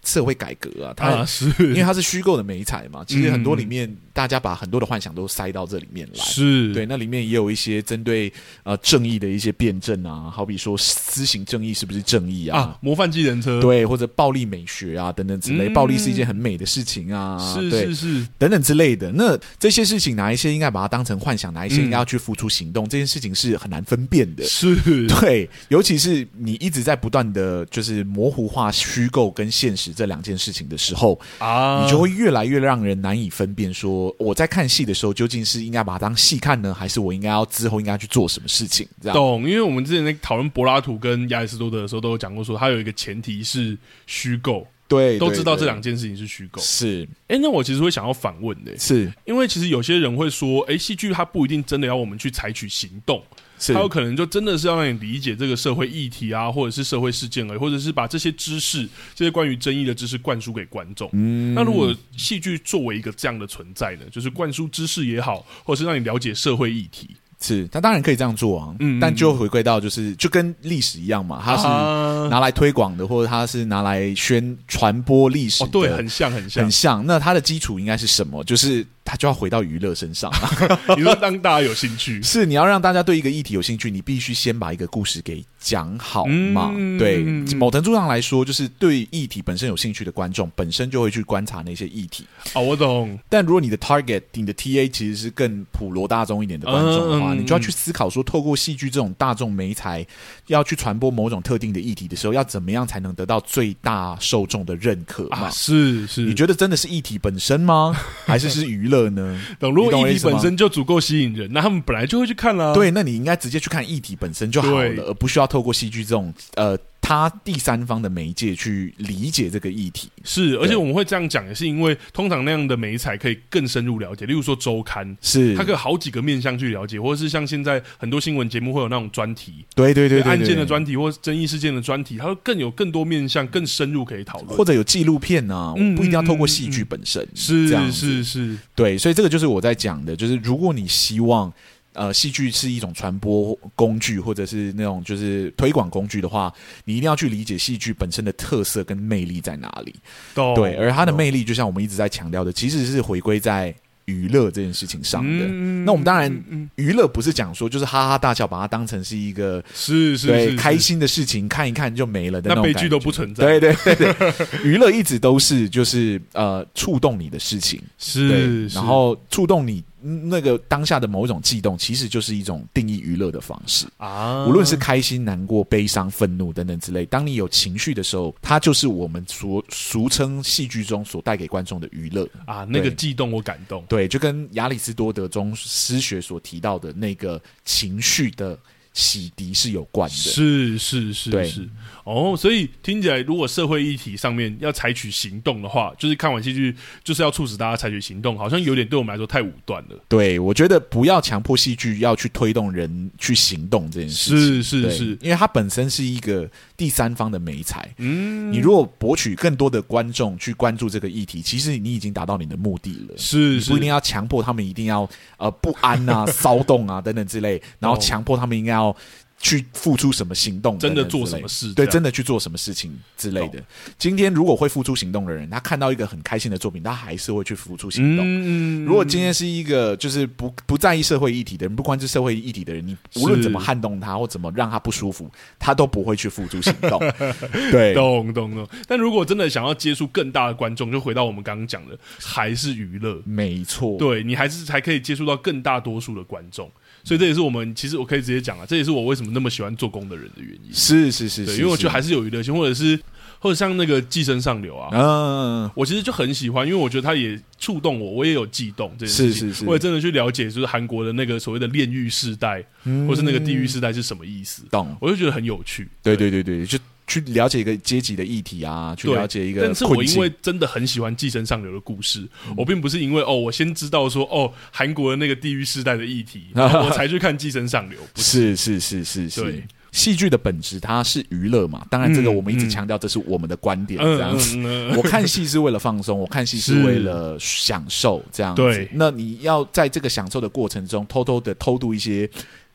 Speaker 1: 社会改革啊，它
Speaker 2: 是
Speaker 1: 因为它是虚构的媒材嘛，其实很多里面大家把很多的幻想都塞到这里面来，
Speaker 2: 是
Speaker 1: 对，那里面也有一些针对正义的一些辩证啊，好比说私刑正义是不是正义啊，
Speaker 2: 模范计程车，
Speaker 1: 对，或者暴力美学啊等等之类，暴力是一件很美的事情啊，
Speaker 2: 是
Speaker 1: 等等之类的。那这些事情哪一些应该把它当成幻想，哪一些应该要去付出行动，这件事情是很难分辨的，
Speaker 2: 是
Speaker 1: 对，尤其是你一直在不断的就是模糊化虚构跟现实这两件事情的时候你就会越来越让人难以分辨说我在看戏的时候究竟是应该把它当戏看呢，还是我应该要之后应该去做什么事情，这样
Speaker 2: 懂。因为我们之前在讨论柏拉图跟亚里士多德的时候都有讲过说他有一个前提是虚构，
Speaker 1: 对，
Speaker 2: 都知道这两件事情是虚构，
Speaker 1: 是
Speaker 2: 那我其实会想要反问的，
Speaker 1: 是
Speaker 2: 因为其实有些人会说戏剧它不一定真的要我们去采取行动，它有可能就真的是要让你理解这个社会议题啊，或者是社会事件而已，或者是把这些知识，这些关于争议的知识灌输给观众。那如果戏剧作为一个这样的存在呢，就是灌输知识也好，或者是让你了解社会议题，
Speaker 1: 是，他当然可以这样做啊，但就回归到就跟历史一样嘛，它是拿来推广的，或者它是拿来传播历史的，
Speaker 2: 对，很像。
Speaker 1: 那它的基础应该是什么？就是它就要回到娱乐身上
Speaker 2: 你说让大家有兴趣，
Speaker 1: 是你要让大家对一个议题有兴趣，你必须先把一个故事给讲好嘛。对，某程度上来说，就是对议题本身有兴趣的观众，本身就会去观察那些议题。
Speaker 2: 我懂。
Speaker 1: 但如果你的 target， 你的 TA 其实是更普罗大众一点的观众的话，你就要去思考说，透过戏剧这种大众媒材，要去传播某种特定的议题的时候，要怎么样才能得到最大受众的认可嘛？
Speaker 2: 是，
Speaker 1: 你觉得真的是议题本身吗？还是娱乐呢？
Speaker 2: 如果议题本身就足够吸引人，那他们本来就会去看啦。
Speaker 1: 对，那你应该直接去看议题本身就好了，而不需要透过戏剧这种他第三方的媒介去理解这个议题。
Speaker 2: 是，而且我们会这样讲也是因为通常那样的媒材可以更深入了解，例如说周刊，
Speaker 1: 是
Speaker 2: 它可以好几个面向去了解，或者是像现在很多新闻节目会有那种专题，
Speaker 1: 对
Speaker 2: 案件的专题或争议事件的专题，它会有更多面向更深入可以讨论，
Speaker 1: 或者有纪录片啊，不一定要透过戏剧本身，
Speaker 2: 是
Speaker 1: 这样
Speaker 2: 是，
Speaker 1: 对，所以这个就是我在讲的，就是如果你希望戏剧是一种传播工具，或者是那种就是推广工具的话，你一定要去理解戏剧本身的特色跟魅力在哪里。对，而它的魅力就像我们一直在强调的，其实是回归在娱乐这件事情上的。那我们当然娱乐不是讲说就是哈哈大笑，把它当成是一个对开心的事情，看一看就没了的那种感觉，
Speaker 2: 那悲剧都不存在。
Speaker 1: 对，娱乐一直都是就是触动你的事情，
Speaker 2: 是，
Speaker 1: 然后触动你那个当下的某一种悸动，其实就是一种定义娱乐的方式啊。无论是开心、难过、悲伤、愤怒等等之类，当你有情绪的时候，它就是我们俗称戏剧中所带给观众的娱乐
Speaker 2: 啊。那个悸动或感动，
Speaker 1: 对，就跟亚里士多德中诗学所提到的那个情绪的洗涤是有关的。
Speaker 2: 是所以听起来，如果社会议题上面要采取行动的话，就是看完戏剧就是要促使大家采取行动，好像有点对我们来说太武断了。
Speaker 1: 对，我觉得不要强迫戏剧要去推动人去行动这件事情。是，因为它本身是一个第三方的媒材。你如果博取更多的观众去关注这个议题，其实你已经达到你的目的了。
Speaker 2: 是，
Speaker 1: 不一定要强迫他们一定要不安啊、骚动啊等等之类，然后强迫他们应该要去付出什么行动，
Speaker 2: 真的做什么事，
Speaker 1: 对，真的去做什么事情之类的。今天如果会付出行动的人，他看到一个很开心的作品，他还是会去付出行动。如果今天是一个就是不在意社会议题的人，不关注社会议题的人，你无论怎么撼动他或怎么让他不舒服，他都不会去付诸行动。对，
Speaker 2: 懂。但如果真的想要接触更大的观众，就回到我们刚刚讲的，还是娱乐，
Speaker 1: 没错。
Speaker 2: 对，你还可以接触到更大多数的观众。所以这也是我们其实我可以直接讲啊，这也是我为什么那么喜欢做工的人的原因。
Speaker 1: 是，
Speaker 2: 对，因为我觉得还是有娱乐性，或者像那个《寄生上流》啊，我其实就很喜欢，因为我觉得它也触动我也有悸动这件事情。是，我也真的去了解，就是韩国的那个所谓的炼狱世代，或是那个地狱世代是什么意思。懂，我就觉得很有趣。对，
Speaker 1: 就去了解一个阶级的议题啊，去了解一个困境。
Speaker 2: 但是我因为真的很喜欢《寄生上流》的故事，我并不是因为我先知道说韩国的那个地狱世代的议题，然后我才去看《寄生上流》。是，对。
Speaker 1: 戏剧的本质它是娱乐嘛，当然这个我们一直强调，这是我们的观点这样子。我看戏是为了放松，我看戏是为了享受这样子。对，那你要在这个享受的过程中偷偷的偷渡一些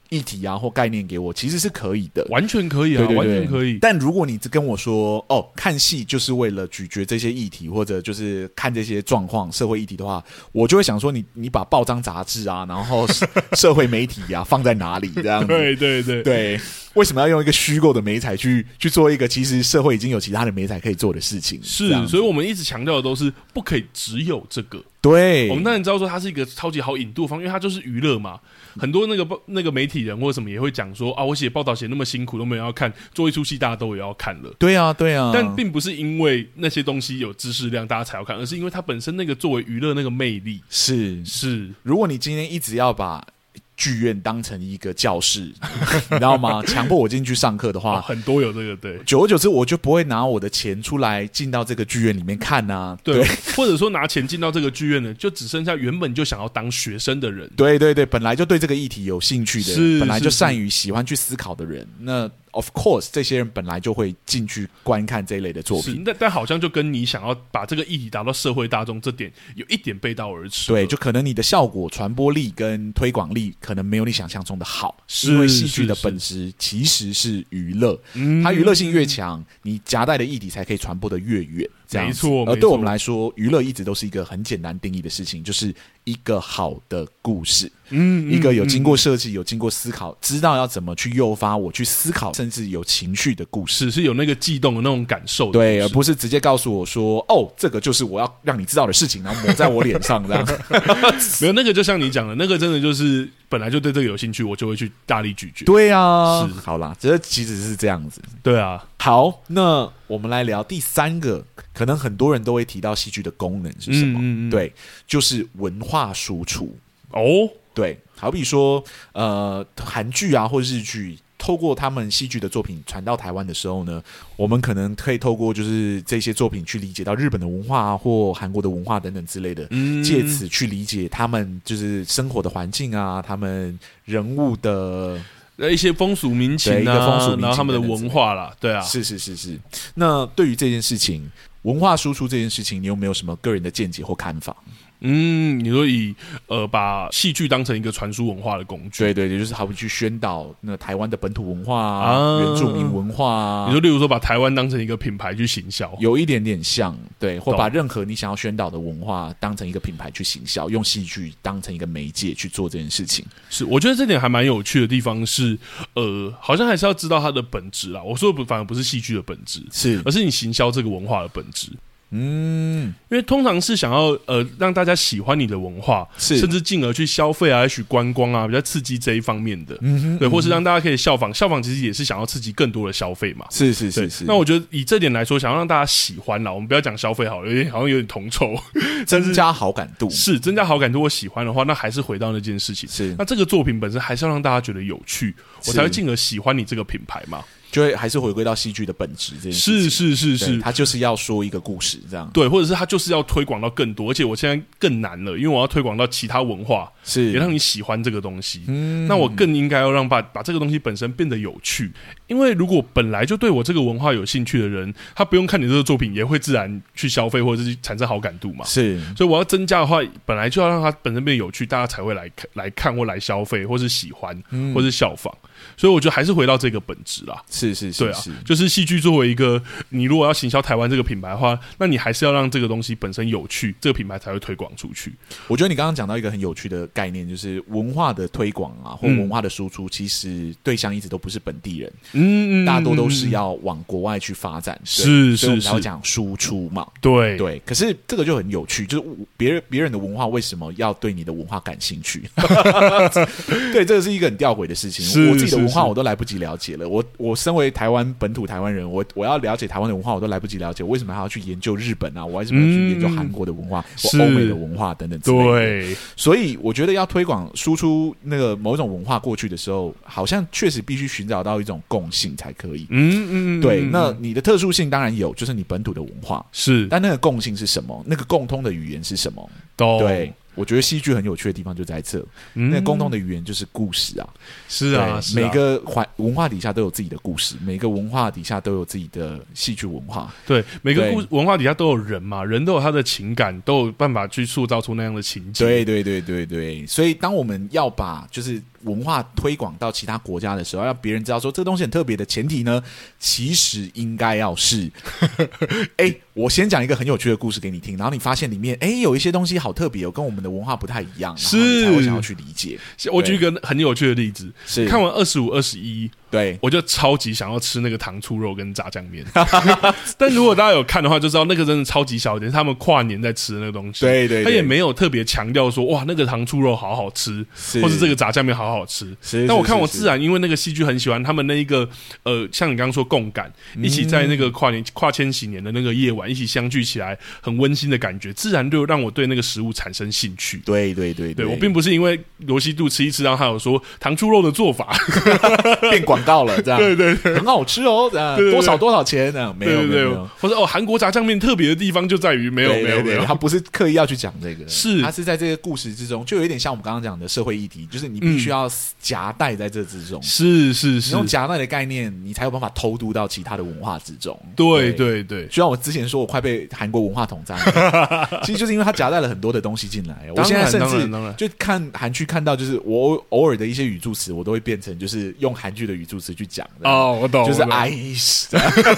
Speaker 1: 议题啊或概念给我，其实是可以的，
Speaker 2: 完全可以啊，对对对，完全可以。
Speaker 1: 但如果你跟我说看戏就是为了咀嚼这些议题，或者就是看这些状况社会议题的话，我就会想说你把报章杂志啊，然后社会媒体啊放在哪里这样子？
Speaker 2: 对对对
Speaker 1: 对，为什么要用一个虚构的媒材去做一个其实社会已经有其他的媒材可以做的事情？
Speaker 2: 是，所以我们一直强调的都是不可以只有这个。
Speaker 1: 对，
Speaker 2: 我们当然知道说它是一个超级好引渡方，因为它就是娱乐嘛。很多那个媒体人或什么也会讲说啊，我写报道写那么辛苦都没有要看，做一出戏大家都也要看了。
Speaker 1: 对啊，对啊。
Speaker 2: 但并不是因为那些东西有知识量大家才要看，而是因为它本身那个作为娱乐那个魅力。是，
Speaker 1: 如果你今天一直要把剧院当成一个教室，你知道吗？强迫我进去上课的话，
Speaker 2: 很多有这个，对，
Speaker 1: 久而久之我就不会拿我的钱出来进到这个剧院里面看啊。
Speaker 2: 对，或者说拿钱进到这个剧院呢，就只剩下原本就想要当学生的人。
Speaker 1: 对对对，本来就对这个议题有兴趣的人，本来就善于喜欢去思考的人，那of course 这些人本来就会进去观看这一类的作品。
Speaker 2: 但好像就跟你想要把这个议题达到社会大众这点有一点背道而驰。
Speaker 1: 对，就可能你的效果传播力跟推广力可能没有你想象中的好，因为戏剧的本质其实是娱乐，它娱乐性越强，你夹带的议题才可以传播的越远。
Speaker 2: 没错，
Speaker 1: 而对我们来说，娱乐一直都是一个很简单定义的事情，就是一个好的故事，一个有经过设计、有经过思考，知道要怎么去诱发我去思考，甚至有情绪的故事，
Speaker 2: 是有那个悸动的那种感受的。
Speaker 1: 对，而不是直接告诉我说，这个就是我要让你知道的事情，然后抹在我脸上这样。
Speaker 2: 没有，那个就像你讲的，那个真的就是本来就对这个有兴趣，我就会去大力咀嚼。
Speaker 1: 对啊，是好啦，这其实是这样子。
Speaker 2: 对啊，
Speaker 1: 好，那我们来聊第三个，可能很多人都会提到戏剧的功能是什么？对，就是文化输出。对，好比说韩剧啊或日剧，透过他们戏剧的作品传到台湾的时候呢，我们可能可以透过就是这些作品去理解到日本的文化啊，或韩国的文化等等之类的，借此去理解他们就是生活的环境啊，他们人物的
Speaker 2: 一些风俗民情啊，然后他们的文化啦，对啊，
Speaker 1: 是。那对于这件事情，文化输出这件事情，你有没有什么个人的见解或看法？
Speaker 2: 你说以把戏剧当成一个传输文化的工具，
Speaker 1: 对，就是好比去宣导那台湾的本土文化啊，原住民文化啊。
Speaker 2: 你说，例如说把台湾当成一个品牌去行销，
Speaker 1: 有一点点像，对，或把任何你想要宣导的文化当成一个品牌去行销，用戏剧当成一个媒介去做这件事情。
Speaker 2: 是，我觉得这点还蛮有趣的地方是，好像还是要知道它的本质啦。我说反而不是戏剧的本质，而是你行销这个文化的本质。因为通常是想要让大家喜欢你的文化，甚至进而去消费啊，去观光啊，比较刺激这一方面的，对，或是让大家可以效仿，其实也是想要刺激更多的消费嘛。
Speaker 1: 是。
Speaker 2: 那我觉得以这点来说，想要让大家喜欢啦，我们不要讲消费好了，好像有点同臭，
Speaker 1: 增加好感度
Speaker 2: 是增加好感度或喜欢的话，那还是回到那件事情。是，那这个作品本身还是要让大家觉得有趣，我才会进而喜欢你这个品牌嘛。
Speaker 1: 就会还是回归到戏剧的本质这件事情。
Speaker 2: 是，
Speaker 1: 他就是要说一个故事这样。
Speaker 2: 对，或者是他就是要推广到更多，而且我现在更难了，因为我要推广到其他文化，也让你喜欢这个东西。那我更应该要让把这个东西本身变得有趣，因为如果本来就对我这个文化有兴趣的人，他不用看你这个作品，也会自然去消费或者是产生好感度嘛。是，所以我要增加的话，本来就要让它本身变有趣，大家才会来看或来消费，或是喜欢，或是效仿。所以我觉得还是回到这个本质啦。
Speaker 1: 是，
Speaker 2: 对啊，就是戏剧作为一个，你如果要行销台湾这个品牌的话，那你还是要让这个东西本身有趣，这个品牌才会推广出去。
Speaker 1: 我觉得你刚刚讲到一个很有趣的概念，就是文化的推广啊，或文化的输出，其实对象一直都不是本地人，大多都是要往国外去发展。
Speaker 2: 是，
Speaker 1: 所以我们才会讲输出嘛。
Speaker 2: 对。
Speaker 1: 可是这个就很有趣，就是别人的文化为什么要对你的文化感兴趣？对，这个是一个很吊诡的事情。我自己的文化我都来不及了解了。我身为台湾本土台湾人，我要了解台湾的文化，我都来不及了解。我为什么还要去研究日本啊？我为什么要去研究韩国的文化、或欧美的文化等等之类的？对，所以我觉得要推广输出那个某一种文化过去的时候，好像确实必须寻找到一种共性才可以。对。那你的特殊性当然有，就是你本土的文化是，但那个共性是什么？那个共通的语言是什么？对。 我觉得戏剧很有趣的地方就在这，那个共同的语言就是故事啊。
Speaker 2: 是啊，
Speaker 1: 每个文化底下都有自己的故事，每个文化底下都有自己的戏剧文化。
Speaker 2: 对，每个文化底下都有人嘛，人都有他的情感，都有办法去塑造出那样的情景。
Speaker 1: 对，所以当我们要把就是文化推广到其他国家的时候，让别人知道说这个东西很特别的前提呢，其实应该要是我先讲一个很有趣的故事给你听，然后你发现里面有一些东西好特别，跟我们的文化不太一样，然后你才会想要去理解。
Speaker 2: 我举一个很有趣的例子，是看完25、21，
Speaker 1: 对，
Speaker 2: 我就超级想要吃那个糖醋肉跟炸酱面。但如果大家有看的话，就知道那个真的超级小一点，他们跨年在吃的那个东西。对，他也没有特别强调说哇那个糖醋肉好好吃，或是这个炸酱面好好吃。但我看我自然因为那个戏剧很喜欢他们那一个像你刚刚说共感，一起在那个跨千禧年的那个夜晚一起相聚起来，很温馨的感觉，自然就让我对那个食物产生兴趣。
Speaker 1: 对，
Speaker 2: 我并不是因为罗西度吃一吃，然后他有说糖醋肉的做法
Speaker 1: 变广告了，这样
Speaker 2: 对，很
Speaker 1: 好吃哦，多少钱呢？没有，
Speaker 2: 或者韩国炸酱面特别的地方就在于没有，
Speaker 1: 他不是刻意要去讲这个，
Speaker 2: 是
Speaker 1: 他是在这个故事之中，就有一点像我们刚刚讲的社会议题，就是你必须要夹带在这之中，
Speaker 2: 是，
Speaker 1: 你用夹带的概念，你才有办法偷渡到其他的文化之中。
Speaker 2: 对，
Speaker 1: 就像我之前说我快被韩国文化统战了，其实就是因为他夹带了很多的东西进来。我现在甚至就看韩剧看到，就是我偶尔的一些语助词，我都会变成就是用韩剧的语助词去讲。
Speaker 2: 我懂，
Speaker 1: 就是 ice。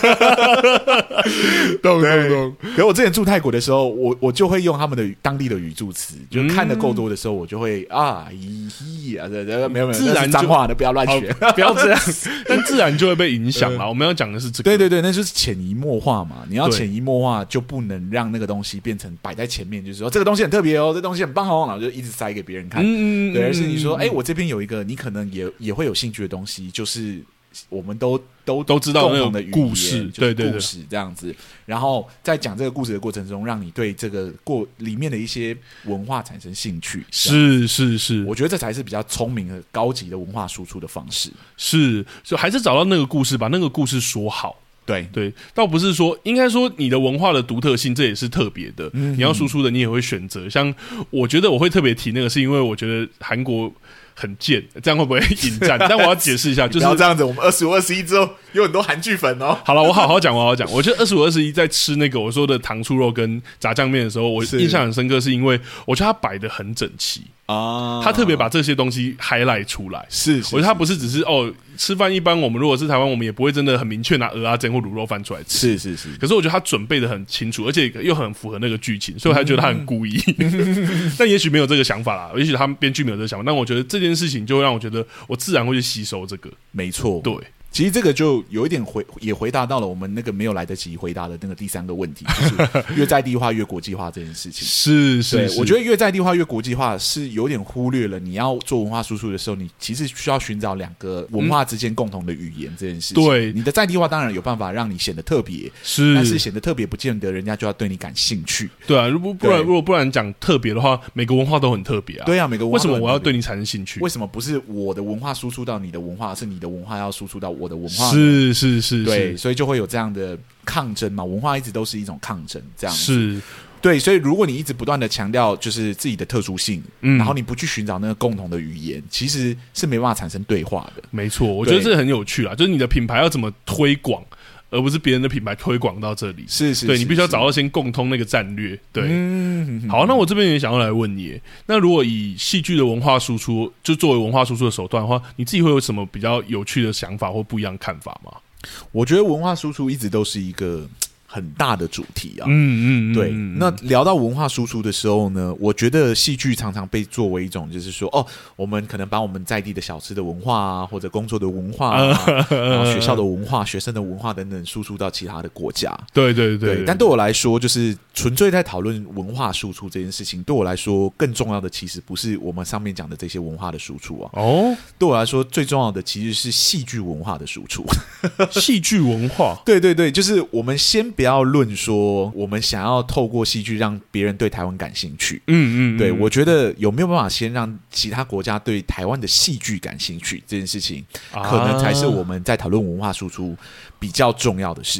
Speaker 2: 懂。
Speaker 1: 可是我之前住泰国的时候，我就会用他们的当地的语助词，就看得够多的时候，我就会没有
Speaker 2: 自然
Speaker 1: 脏话的，不要乱学，
Speaker 2: 不要这样。但自然就会被影响了。我们要讲的是这个，
Speaker 1: 对，那就是潜移默化嘛。你要潜移默化，就不能让那个东西变成摆在前面，就是说这个东西很特别哦，这东西很棒哦，然后就一直塞给别人看。对，而是你说，我这边有一个你可能也会有兴趣的东西，就是我们都
Speaker 2: 知道那种故事，对
Speaker 1: 故事这样子，然后在讲这个故事的过程中，让你对这个里面的一些文化产生兴趣。
Speaker 2: 是，
Speaker 1: 我觉得这才是比较聪明和高级的文化输出的方式。
Speaker 2: 是，就还是找到那个故事，把那个故事说好。对，倒不是说，应该说你的文化的独特性，这也是特别的。你要输出的，你也会选择。像我觉得我会特别提那个，是因为我觉得韩国很贱，这样会不会引战？但我要解释一下，就是
Speaker 1: 不要这样子。我们25、21之后有很多韩剧粉哦。
Speaker 2: 好了，我好好讲。我觉得25、21在吃那个我说的糖醋肉跟炸酱面的时候，我印象很深刻，是因为我觉得它摆得很整齐。他特别把这些东西 highlight 出来，
Speaker 1: 是
Speaker 2: 我觉得他不是只是吃饭，一般我们如果是台湾，我们也不会真的很明确拿蚵仔煎或卤肉饭出来吃，
Speaker 1: 是。
Speaker 2: 可是我觉得他准备的很清楚，而且又很符合那个剧情，所以他觉得他很故意。但也许没有这个想法啦，也许他们编剧没有这个想法，但我觉得这件事情就会让我觉得我自然会去吸收这个。
Speaker 1: 没错，
Speaker 2: 对。
Speaker 1: 其实这个就有一点也回答到了我们那个没有来得及回答的那个第三个问题，就是越在地化越国际化这件事情。
Speaker 2: 是，
Speaker 1: 我觉得越在地化越国际化是有点忽略了你要做文化输出的时候，你其实需要寻找两个文化之间共同的语言这件事情。
Speaker 2: 对，
Speaker 1: 你的在地化当然有办法让你显得特别，但是显得特别不见得人家就要对你感兴趣。
Speaker 2: 对啊，如果不然讲特别的话，每个文化都很特别啊。
Speaker 1: 对啊，每个文化
Speaker 2: 为什么我要对你产生兴趣？
Speaker 1: 为什么不是我的文化输出到你的文化，是你的文化要输出到我的文化？
Speaker 2: 是，
Speaker 1: 对，所以就会有这样的抗争嘛。文化一直都是一种抗争，这样子
Speaker 2: 是。
Speaker 1: 对，所以如果你一直不断的强调就是自己的特殊性，然后你不去寻找那个共同的语言，其实是没办法产生对话的。
Speaker 2: 没错，我觉得这很有趣啦，就是你的品牌要怎么推广，而不是别人的品牌推广到这里。
Speaker 1: 是，
Speaker 2: 对，你必须要找到先共通那个战略。对，好，那我这边也想要来问你，那如果以戏剧的文化输出，就作为文化输出的手段的话，你自己会有什么比较有趣的想法或不一样的看法吗？
Speaker 1: 我觉得文化输出一直都是一个很大的主题啊。对。那聊到文化输出的时候呢，我觉得戏剧常常被作为一种就是说，我们可能把我们在地的小吃的文化啊，或者工作的文化啊，然后学校的文化、学生的文化等等输出到其他的国家。对。但对我来说，就是纯粹在讨论文化输出这件事情，对我来说更重要的其实不是我们上面讲的这些文化的输出啊。对我来说最重要的其实是戏剧文化的输出。
Speaker 2: 戏剧文化，
Speaker 1: 对，就是我们先不要论说我们想要透过戏剧让别人对台湾感兴趣。对，我觉得有没有办法先让其他国家对台湾的戏剧感兴趣这件事情，可能才是我们在讨论文化输出比较重要的事情。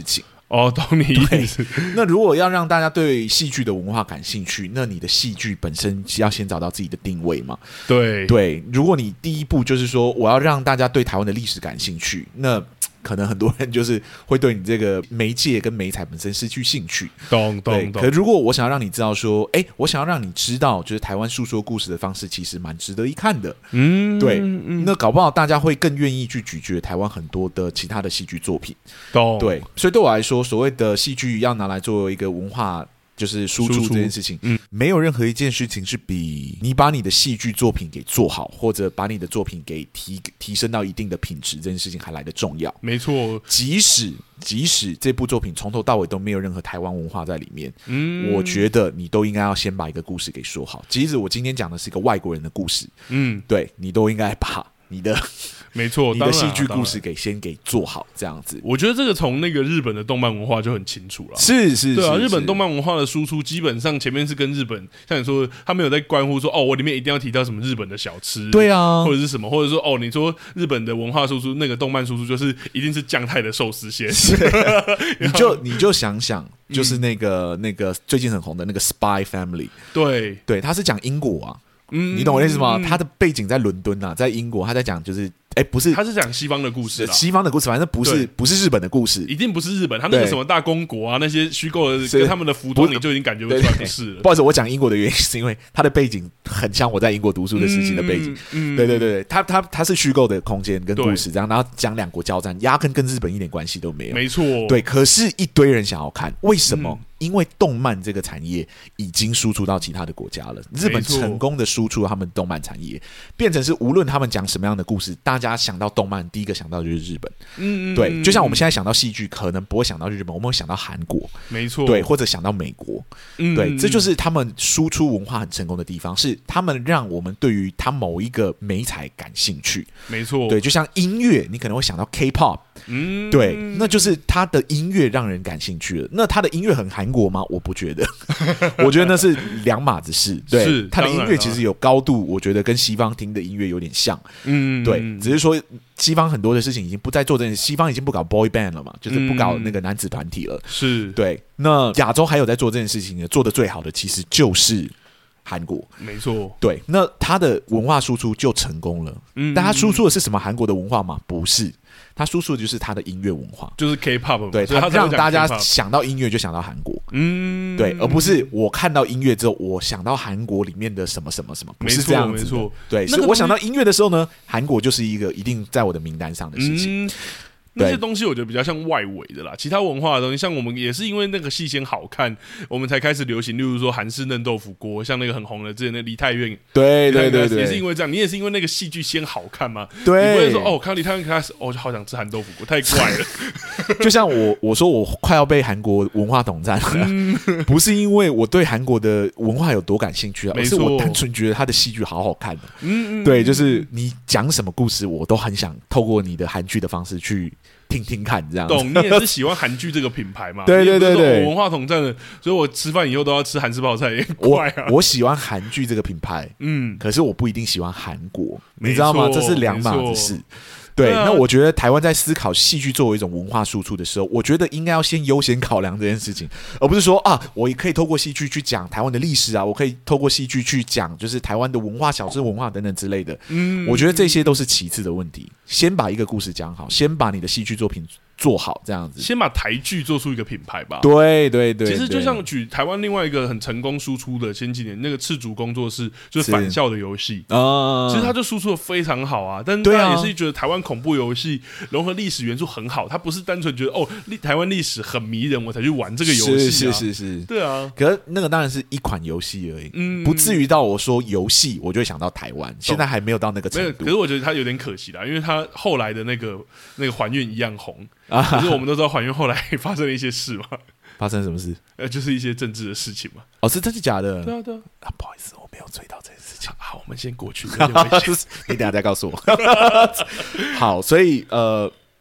Speaker 2: 哦，懂你意思。
Speaker 1: 那如果要让大家对戏剧的文化感兴趣，那你的戏剧本身要先找到自己的定位嘛。对，如果你第一步就是说我要让大家对台湾的历史感兴趣，那可能很多人就是会对你这个媒介跟媒材本身失去兴趣。
Speaker 2: 懂。
Speaker 1: 可如果我想要让你知道说，我想要让你知道，就是台湾诉说故事的方式其实蛮值得一看的。对，那搞不好大家会更愿意去咀嚼台湾很多的其他的戏剧作品。对，所以对我来说，所谓的戏剧要拿来作为一个文化。就是输出这件事情，没有任何一件事情是比你把你的戏剧作品给做好，或者把你的作品给提升到一定的品质，这件事情还来得重要。
Speaker 2: 没错，
Speaker 1: 即使这部作品从头到尾都没有任何台湾文化在里面，我觉得你都应该要先把一个故事给说好。即使我今天讲的是一个外国人的故事，对，你都应该把你的
Speaker 2: 没错，
Speaker 1: 你的戏剧故事先给做好，这样子。
Speaker 2: 我觉得这个从那个日本的动漫文化就很清楚了。
Speaker 1: 是，
Speaker 2: 对啊，日本动漫文化的输出基本上前面是跟日本，像你说，他没有在关乎说我里面一定要提到什么日本的小吃，
Speaker 1: 对啊，
Speaker 2: 或者是什么，或者说你说日本的文化输出，那个动漫输出就是一定是酱太的寿司先，
Speaker 1: 你就想想。就是那个最近很红的那个 Spy Family， 对，他是讲英国啊，你懂我的意思吗？他的背景在伦敦啊，在英国，他在讲就是不是，
Speaker 2: 他是讲西方的故事啦，
Speaker 1: 西方的故事，反正不是日本的故事，
Speaker 2: 一定不是日本。他那个什么大公国啊，那些虚构的跟他们的服装，你就已经感觉出来不是了。
Speaker 1: 不好意思，我讲英国的原因是因为他的背景很像我在英国读书的时期的背景。对，他是虚构的空间跟故事这样，然后讲两国交战，压根跟日本一点关系都没有。
Speaker 2: 没错，
Speaker 1: 对，可是一堆人想要看，为什么？因为动漫这个产业已经输出到其他的国家了，日本成功的输出他们动漫产业，变成是无论他们讲什么样的故事，大家想到动漫第一个想到就是日本。对，就像我们现在想到戏剧，可能不会想到日本，我们会想到韩国，
Speaker 2: 没错，
Speaker 1: 对，或者想到美国。对，这就是他们输出文化很成功的地方，是他们让我们对于他某一个媒材感兴趣。
Speaker 2: 没错，
Speaker 1: 对，就像音乐，你可能会想到 K-pop。对，那就是他的音乐让人感兴趣了。那他的音乐很韩国吗？我不觉得，我觉得那是两码子事。对，是他的音乐其实有高度，我觉得跟西方听的音乐有点像。对，只是说西方很多的事情已经不再做这件事，西方已经不搞 boy band 了嘛，就是不搞那个男子团体了。
Speaker 2: 是，
Speaker 1: 对。那亚洲还有在做这件事情的，做的最好的其实就是韩国。
Speaker 2: 没错，
Speaker 1: 对。那他的文化输出就成功了。但他输出的是什么韩国的文化吗？不是。他输出的就是他的音乐文化，
Speaker 2: 就是 K-pop，
Speaker 1: 对，他让大家想到音乐就想到韩国，对，而不是我看到音乐之后我想到韩国里面的什么什么什么，不是这样子的，
Speaker 2: 没错，
Speaker 1: 对，所以我想到音乐的时候呢，韩国就是一个一定在我的名单上的事情。
Speaker 2: 那些东西我觉得比较像外围的啦，其他文化的东西，像我们也是因为那个戏先好看，我们才开始流行。例如说韩式嫩豆腐锅，像那个很红的之前的梨泰院，
Speaker 1: 对，
Speaker 2: 也是因为这样。你也是因为那个戏剧先好看吗？
Speaker 1: 对，
Speaker 2: 你不会说看到梨泰院开始，就好想吃韩豆腐锅，太怪了。
Speaker 1: 就像我说我快要被韩国文化统战了，不是因为我对韩国的文化有多感兴趣，而是我单纯觉得他的戏剧好好看的。对，就是你讲什么故事，我都很想透过你的韩剧的方式去听听看，这样子。
Speaker 2: 懂，你也是喜欢韩剧这个品牌嘛？
Speaker 1: 对，
Speaker 2: 我文化统战的，所以我吃饭以后都要吃韩式泡菜，也怪啊。
Speaker 1: 我喜欢韩剧这个品牌，可是我不一定喜欢韩国，你知道吗？这是两码子事。对，那我觉得台湾在思考戏剧作为一种文化输出的时候，我觉得应该要先优先考量这件事情，而不是说我也可以透过戏剧去讲台湾的历史啊，我可以透过戏剧去讲就是台湾的文化、小吃文化等等之类的。我觉得这些都是其次的问题，先把一个故事讲好，先把你的戏剧作品做好，这样子，
Speaker 2: 先把台剧做出一个品牌吧。
Speaker 1: 对，
Speaker 2: 其实就像举台湾另外一个很成功输出的前几年那个赤足工作室，就是返校的游戏其实他就输出的非常好啊。但大家也是觉得台湾恐怖游戏融合历史元素很好，他不是单纯觉得台湾历史很迷人我才去玩这个游戏啊。
Speaker 1: 是，
Speaker 2: 对啊。
Speaker 1: 可是那个当然是一款游戏而已，不至于到我说游戏我就会想到台湾，现在还没有到那个程度。
Speaker 2: 可是我觉得他有点可惜啦，因为他后来的那个还愿一样红。可是我们都知道还愿后来发生了一些事嘛。
Speaker 1: 发生什么事？
Speaker 2: 就是一些政治的事情嘛。
Speaker 1: 是真的假的？
Speaker 2: 对啊。
Speaker 1: 不好意思，我没有追到这件事情。
Speaker 2: 好，我们先过去。
Speaker 1: 你等一下再告诉我。好，所以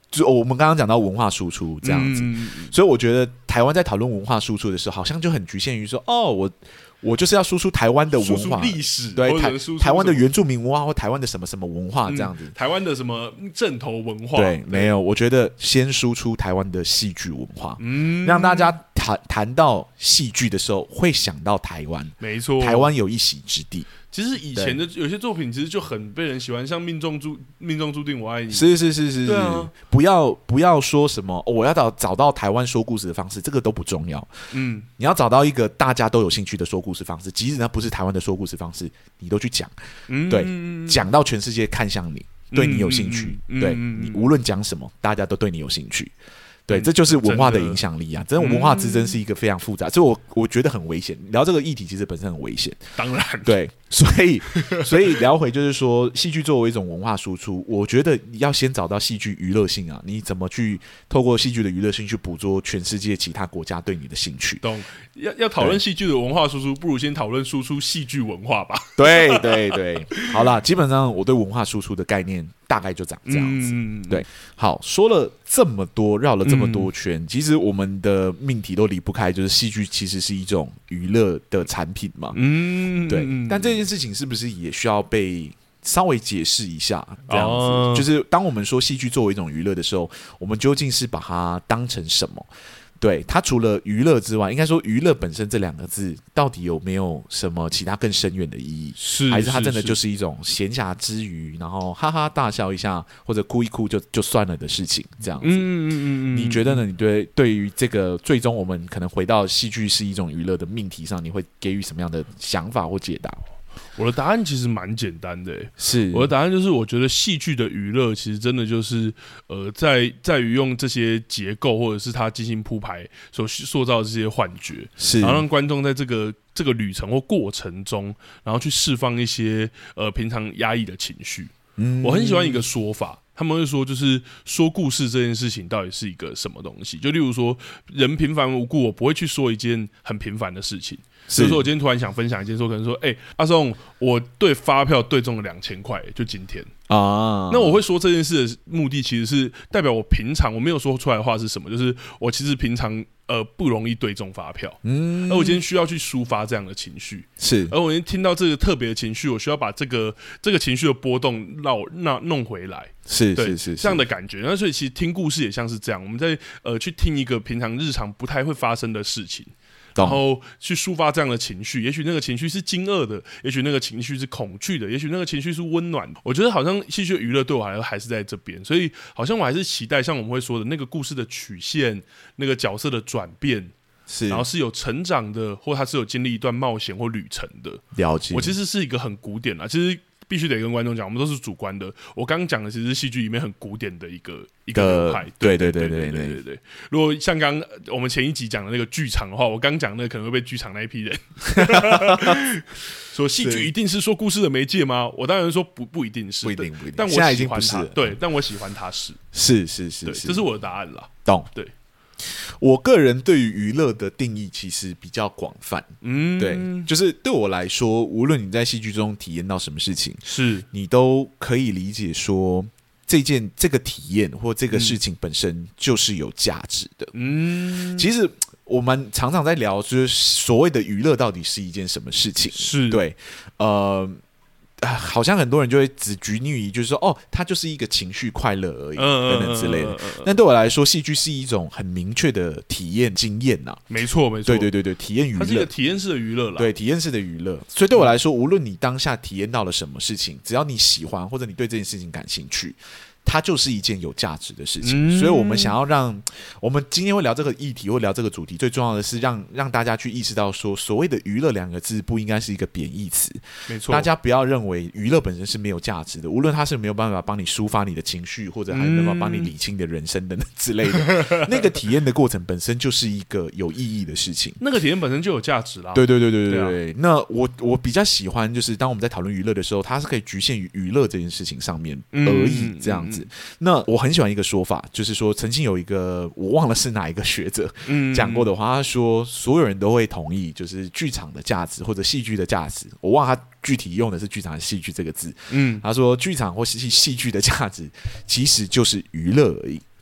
Speaker 1: 就我们刚刚讲到文化输出这样子，所以我觉得台湾在讨论文化输出的时候，好像就很局限于说，我就是要输出台湾的文化
Speaker 2: 历史，
Speaker 1: 对台湾的原住民文化或台湾的什么什么文化这样子，
Speaker 2: 台湾的什么正头文化，
Speaker 1: 对，没有，我觉得先输出台湾的戏剧文化，让大家谈到戏剧的时候会想到台湾，
Speaker 2: 没错，
Speaker 1: 台湾有一席之地。
Speaker 2: 其实以前的有些作品其实就很被人喜欢，像命中注定我爱你，
Speaker 1: 是，
Speaker 2: 对啊，
Speaker 1: 不要说什么，我要找到台湾说故事的方式，这个都不重要。你要找到一个大家都有兴趣的说故事方式，即使那不是台湾的说故事方式，你都去讲，对，讲到全世界看向你，对你有兴趣，对你无论讲什么，大家都对你有兴趣。对，这就是文化的影响力啊！这种文化之争是一个非常复杂，所以我觉得很危险。聊这个议题其实本身很危险，
Speaker 2: 当然，
Speaker 1: 对，所以聊回就是说，戏剧作为一种文化输出，我觉得要先找到戏剧娱乐性啊，你怎么去透过戏剧的娱乐性去捕捉全世界其他国家对你的兴趣？
Speaker 2: 懂？要讨论戏剧的文化输出，不如先讨论输出戏剧文化吧。
Speaker 1: 对，好啦，基本上我对文化输出的概念大概就长这样子。对，好，说了这么多，绕了这么多圈，其实我们的命题都离不开，就是戏剧其实是一种娱乐的产品嘛。对，但这件事情是不是也需要被稍微解释一下？这样子，就是当我们说戏剧作为一种娱乐的时候，我们究竟是把它当成什么？对，它除了娱乐之外，应该说娱乐本身这两个字到底有没有什么其他更深远的意义？还是它真的就是一种闲暇之余，然后哈哈大笑一下或者哭一哭就算了的事情？这样子，你觉得呢？你对于这个最终我们可能回到戏剧是一种娱乐的命题上，你会给予什么样的想法或解答？
Speaker 2: 我的答案其实蛮简单的，
Speaker 1: 是
Speaker 2: 我的答案就是，我觉得戏剧的娱乐其实真的就是在于用这些结构或者是它精心铺排所塑造的这些幻觉，
Speaker 1: 是，
Speaker 2: 然后让观众在这个旅程或过程中，然后去释放一些平常压抑的情绪。我很喜欢一个说法。他们会说，就是说故事这件事情到底是一个什么东西？就例如说，人平凡无故，我不会去说一件很平凡的事情。比如说，我今天突然想分享一件，说可能说，阿松，我对发票对中了2000块，就今天啊。那我会说这件事的目的，其实是代表我平常我没有说出来的话是什么，就是我其实平常不容易对中发票，而我今天需要去抒发这样的情绪，
Speaker 1: 是，
Speaker 2: 而我今天听到这个特别的情绪，我需要把这个情绪的波动弄回来。
Speaker 1: 是
Speaker 2: 这样的感觉。那所以其实听故事也像是这样，我们在去听一个平常日常不太会发生的事情，然后去抒发这样的情绪。也许那个情绪是惊愕的，也许那个情绪是恐惧的，也许那个情绪是温暖的。我觉得好像戏剧的娱乐对我来说还是在这边，所以好像我还是期待像我们会说的那个故事的曲线，那个角色的转变。然后是有成长的，或他是有经历一段冒险或旅程的。
Speaker 1: 了解。
Speaker 2: 我其实是一个很古典啦，其实必须得跟观众讲，我们都是主观的。我刚刚讲的其实是戏剧里面很古典的一个流派。对。如果像刚我们前一集讲的那个剧场的话，我刚讲那个可能会被剧场那一批人说戏剧一定是说故事的媒介吗？我当然说不一定是，
Speaker 1: 不一定。
Speaker 2: 但我喜欢它，对，但我喜欢它是，这是我的答案啦。
Speaker 1: 懂，
Speaker 2: 对。
Speaker 1: 我个人对于娱乐的定义其实比较广泛，对，就是对我来说，无论你在戏剧中体验到什么事情，
Speaker 2: 是你
Speaker 1: 都可以理解说这个体验或这个事情本身就是有价值的。其实我们常常在聊，就是所谓的娱乐到底是一件什么事情？
Speaker 2: 是
Speaker 1: 对，好像很多人就会只拘泥于就是说，它就是一个情绪快乐而已，等等之类的。但对我来说，戏剧是一种很明确的体验经验呐。
Speaker 2: 没错，
Speaker 1: 对，体验娱乐，
Speaker 2: 它是一个体验式的娱乐啦。
Speaker 1: 对，体验式的娱乐。所以对我来说，无论你当下体验到了什么事情，只要你喜欢或者你对这件事情感兴趣，它就是一件有价值的事情。所以我们想要我们今天会聊这个议题或聊这个主题，最重要的是让大家去意识到说，所谓的娱乐2个字不应该是一个贬义词。
Speaker 2: 没错，
Speaker 1: 大家不要认为娱乐本身是没有价值的，无论它是没有办法帮你抒发你的情绪，或者还没有办法帮你理清你的人生等等之类的。那个体验的过程本身就是一个有意义的事情，
Speaker 2: 那个体验本身就有价值啦。
Speaker 1: 对。那我比较喜欢就是当我们在讨论娱乐的时候，它是可以局限于娱乐这件事情上面而已，这样子。那我很喜欢一个说法，就是说曾经有一个我忘了是哪一个学者讲过的话，他说所有人都会同意，就是剧场的价值或者戏剧的价值，我忘了他具体用的是剧场的戏剧这个字。他说剧场或戏剧的价值其实就是娱乐而已。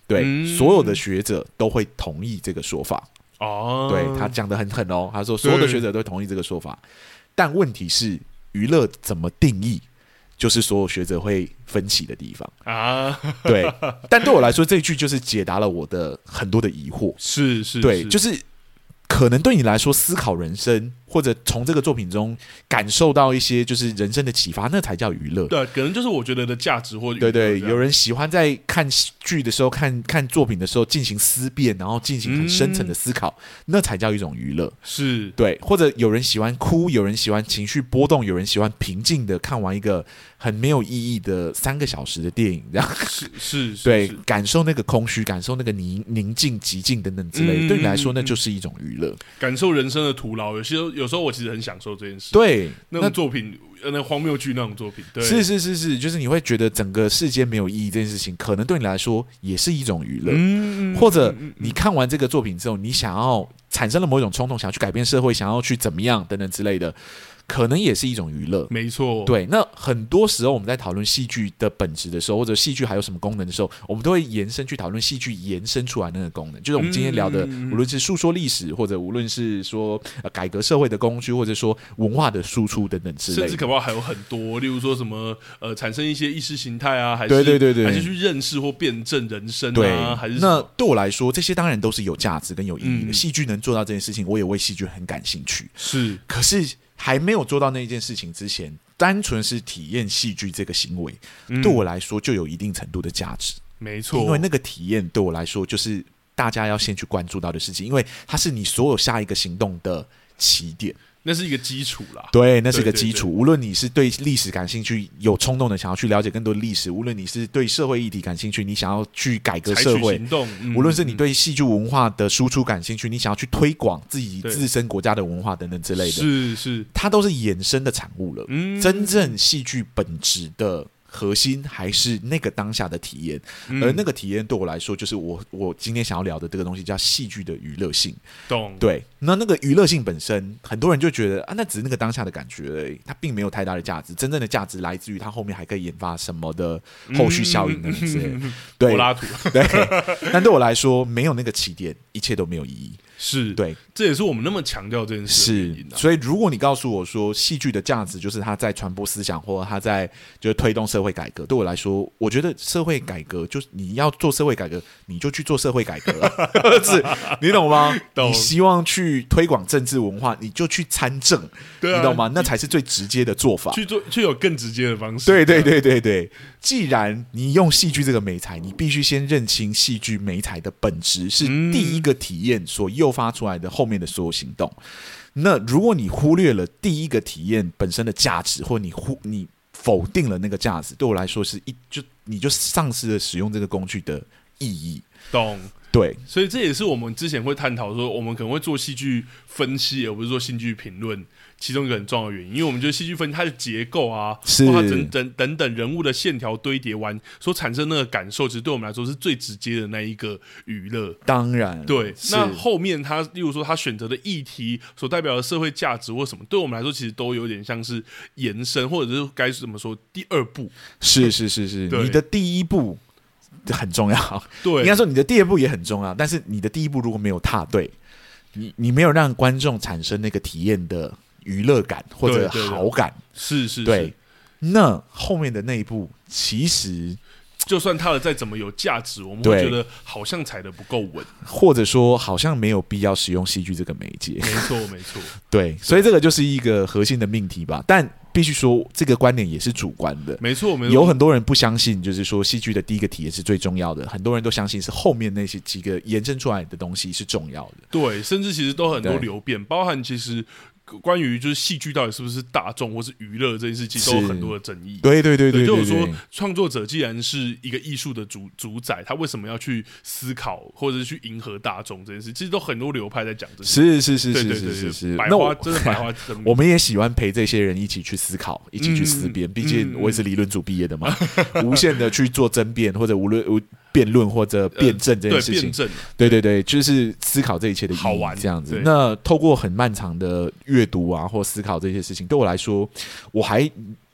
Speaker 1: 对，所有的学者都会同意这个说法。
Speaker 2: 哦，
Speaker 1: 对，他讲得很狠哦，他说所有的学者都会同意这个说法，但问题是娱乐怎么定义，就是所有学者会分歧的地方啊。对，但对我来说，这一句就是解答了我的很多的疑惑。
Speaker 2: 是，
Speaker 1: 对，就是可能对你来说，思考人生或者从这个作品中感受到一些就是人生的启发，那才叫娱乐。
Speaker 2: 对，可能就是我觉得的价值或娱乐。
Speaker 1: 对，有人喜欢在看剧的时候、看作品的时候进行思辨，然后进行很深层的思考，那才叫一种娱乐。
Speaker 2: 是，对，
Speaker 1: 或者有人喜欢哭，有人喜欢情绪波动，有人喜欢平静的看完一个很没有意义的3个小时的电影，这样
Speaker 2: 是，
Speaker 1: 对，感受那个空虚，感受那个宁静、寂静等等之类的，对你来说那就是一种娱乐，
Speaker 2: 感受人生的徒劳。有时候我其实很享受这件事。
Speaker 1: 对，
Speaker 2: 那种作品，那荒谬剧那种作品，对，
Speaker 1: 是，就是你会觉得整个世间没有意义这件事情，可能对你来说也是一种娱乐。或者你看完这个作品之后，你想要产生了某一种冲动，想要去改变社会，想要去怎么样等等之类的。可能也是一种娱乐，
Speaker 2: 没错。对，
Speaker 1: 那很多时候我们在讨论戏剧的本质的时候，或者戏剧还有什么功能的时候，我们都会延伸去讨论戏剧延伸出来那个功能，就是我们今天聊的，无论是述说历史，或者无论是说改革社会的工具，或者说文化的输出等等之类的，
Speaker 2: 甚至可能还有很多，例如说什么产生一些意识形态啊，还是还是去认识或辩证人生啊，还是
Speaker 1: 那对我来说，这些当然都是有价值跟有意义的。戏剧能做到这件事情，我也为戏剧很感兴趣。
Speaker 2: 是，
Speaker 1: 可是还没有做到那一件事情之前，单纯是体验戏剧这个行为，对我来说就有一定程度的价值。
Speaker 2: 没错，
Speaker 1: 因为那个体验对我来说就是大家要先去关注到的事情，因为它是你所有下一个行动的起点。
Speaker 2: 那是一个基础啦，
Speaker 1: 对，那是一个基础。无论你是对历史感兴趣，有冲动的想要去了解更多的历史；无论你是对社会议题感兴趣，你想要去改革社会；无论是你对戏剧文化的输出感兴趣，你想要去推广自己自身国家的文化等等之类的，
Speaker 2: 是，
Speaker 1: 它都是衍生的产物了。真正戏剧本质的核心还是那个当下的体验，而那个体验对我来说，就是我今天想要聊的这个东西，叫戏剧的娱乐性。
Speaker 2: 懂？对，
Speaker 1: 那个娱乐性本身，很多人就觉得啊，那只是那个当下的感觉而已，它并没有太大的价值。真正的价值来自于它后面还可以研发什么的后续效应等等之类的。对，
Speaker 2: 柏拉图。
Speaker 1: 对，但对我来说，没有那个起点，一切都没有意义。
Speaker 2: 是，
Speaker 1: 对，
Speaker 2: 这也是我们那么强调这件事的原因。
Speaker 1: 所以，如果你告诉我说戏剧的价值就是它在传播思想，或者它在就是推动社会改革，对我来说，我觉得社会改革就是你要做社会改革，你就去做社会改革，是，你懂吗？你希望去推广政治文化，你就去参政，你懂吗？那才是最直接的做法。
Speaker 2: 去有更直接的方式。
Speaker 1: 对。既然你用戏剧这个媒材，你必须先认清戏剧媒材的本质是第一个体验所诱发出来的后面的所有行动。那如果你忽略了第一个体验本身的价值，或你否定了那个价值，对我来说是你就丧失了使用这个工具的意义。
Speaker 2: 懂？
Speaker 1: 对，
Speaker 2: 所以这也是我们之前会探讨说，我们可能会做戏剧分析，而不是做戏剧评论。其中一个很重要的原因，因为我们觉得戏剧分析它的结构啊，或它等等人物的线条堆叠完所产生那个感受，其实对我们来说是最直接的那一个娱乐。
Speaker 1: 当然，
Speaker 2: 对。那后面他，例如说他选择的议题所代表的社会价值或什么，对我们来说其实都有点像是延伸，或者是该怎么说第二步。
Speaker 1: 是，你的第一步很重要，
Speaker 2: 对，
Speaker 1: 应该说你的第二步也很重要，但是你的第一步如果没有踏对，你没有让观众产生那个体验的娱乐感或者好感，
Speaker 2: 是，
Speaker 1: 对，那后面的那一步其实
Speaker 2: 就算它的再怎么有价值，我们会觉得好像踩得不够稳，
Speaker 1: 或者说好像没有必要使用戏剧这个媒介。
Speaker 2: 没错，
Speaker 1: 对，所以这个就是一个核心的命题吧。但必须说，这个观点也是主观的。
Speaker 2: 没错，
Speaker 1: 有很多人不相信，就是说戏剧的第一个体验是最重要的。很多人都相信是后面那些几个延伸出来的东西是重要的。
Speaker 2: 对，甚至其实都很多流变，包含其实关于就是戏剧到底是不是大众或是娱乐这件事情，都有很多的争议。
Speaker 1: 对，
Speaker 2: 就是说，创作者既然是一个艺术的主宰，他为什么要去思考或者是去迎合大众这件事？其实都很多流派在讲这
Speaker 1: 些。是。
Speaker 2: 百花真的百花争鸣。
Speaker 1: 我们也喜欢陪这些人一起去思考，一起去思辨。毕竟我也是理论组毕业的嘛，无限的去做争辩，或者无论辩论或者辩证这件事情。对，就是思考这一切的意义，好玩这样子。那透过很漫长的阅读啊，或思考这些事情，对我来说，我还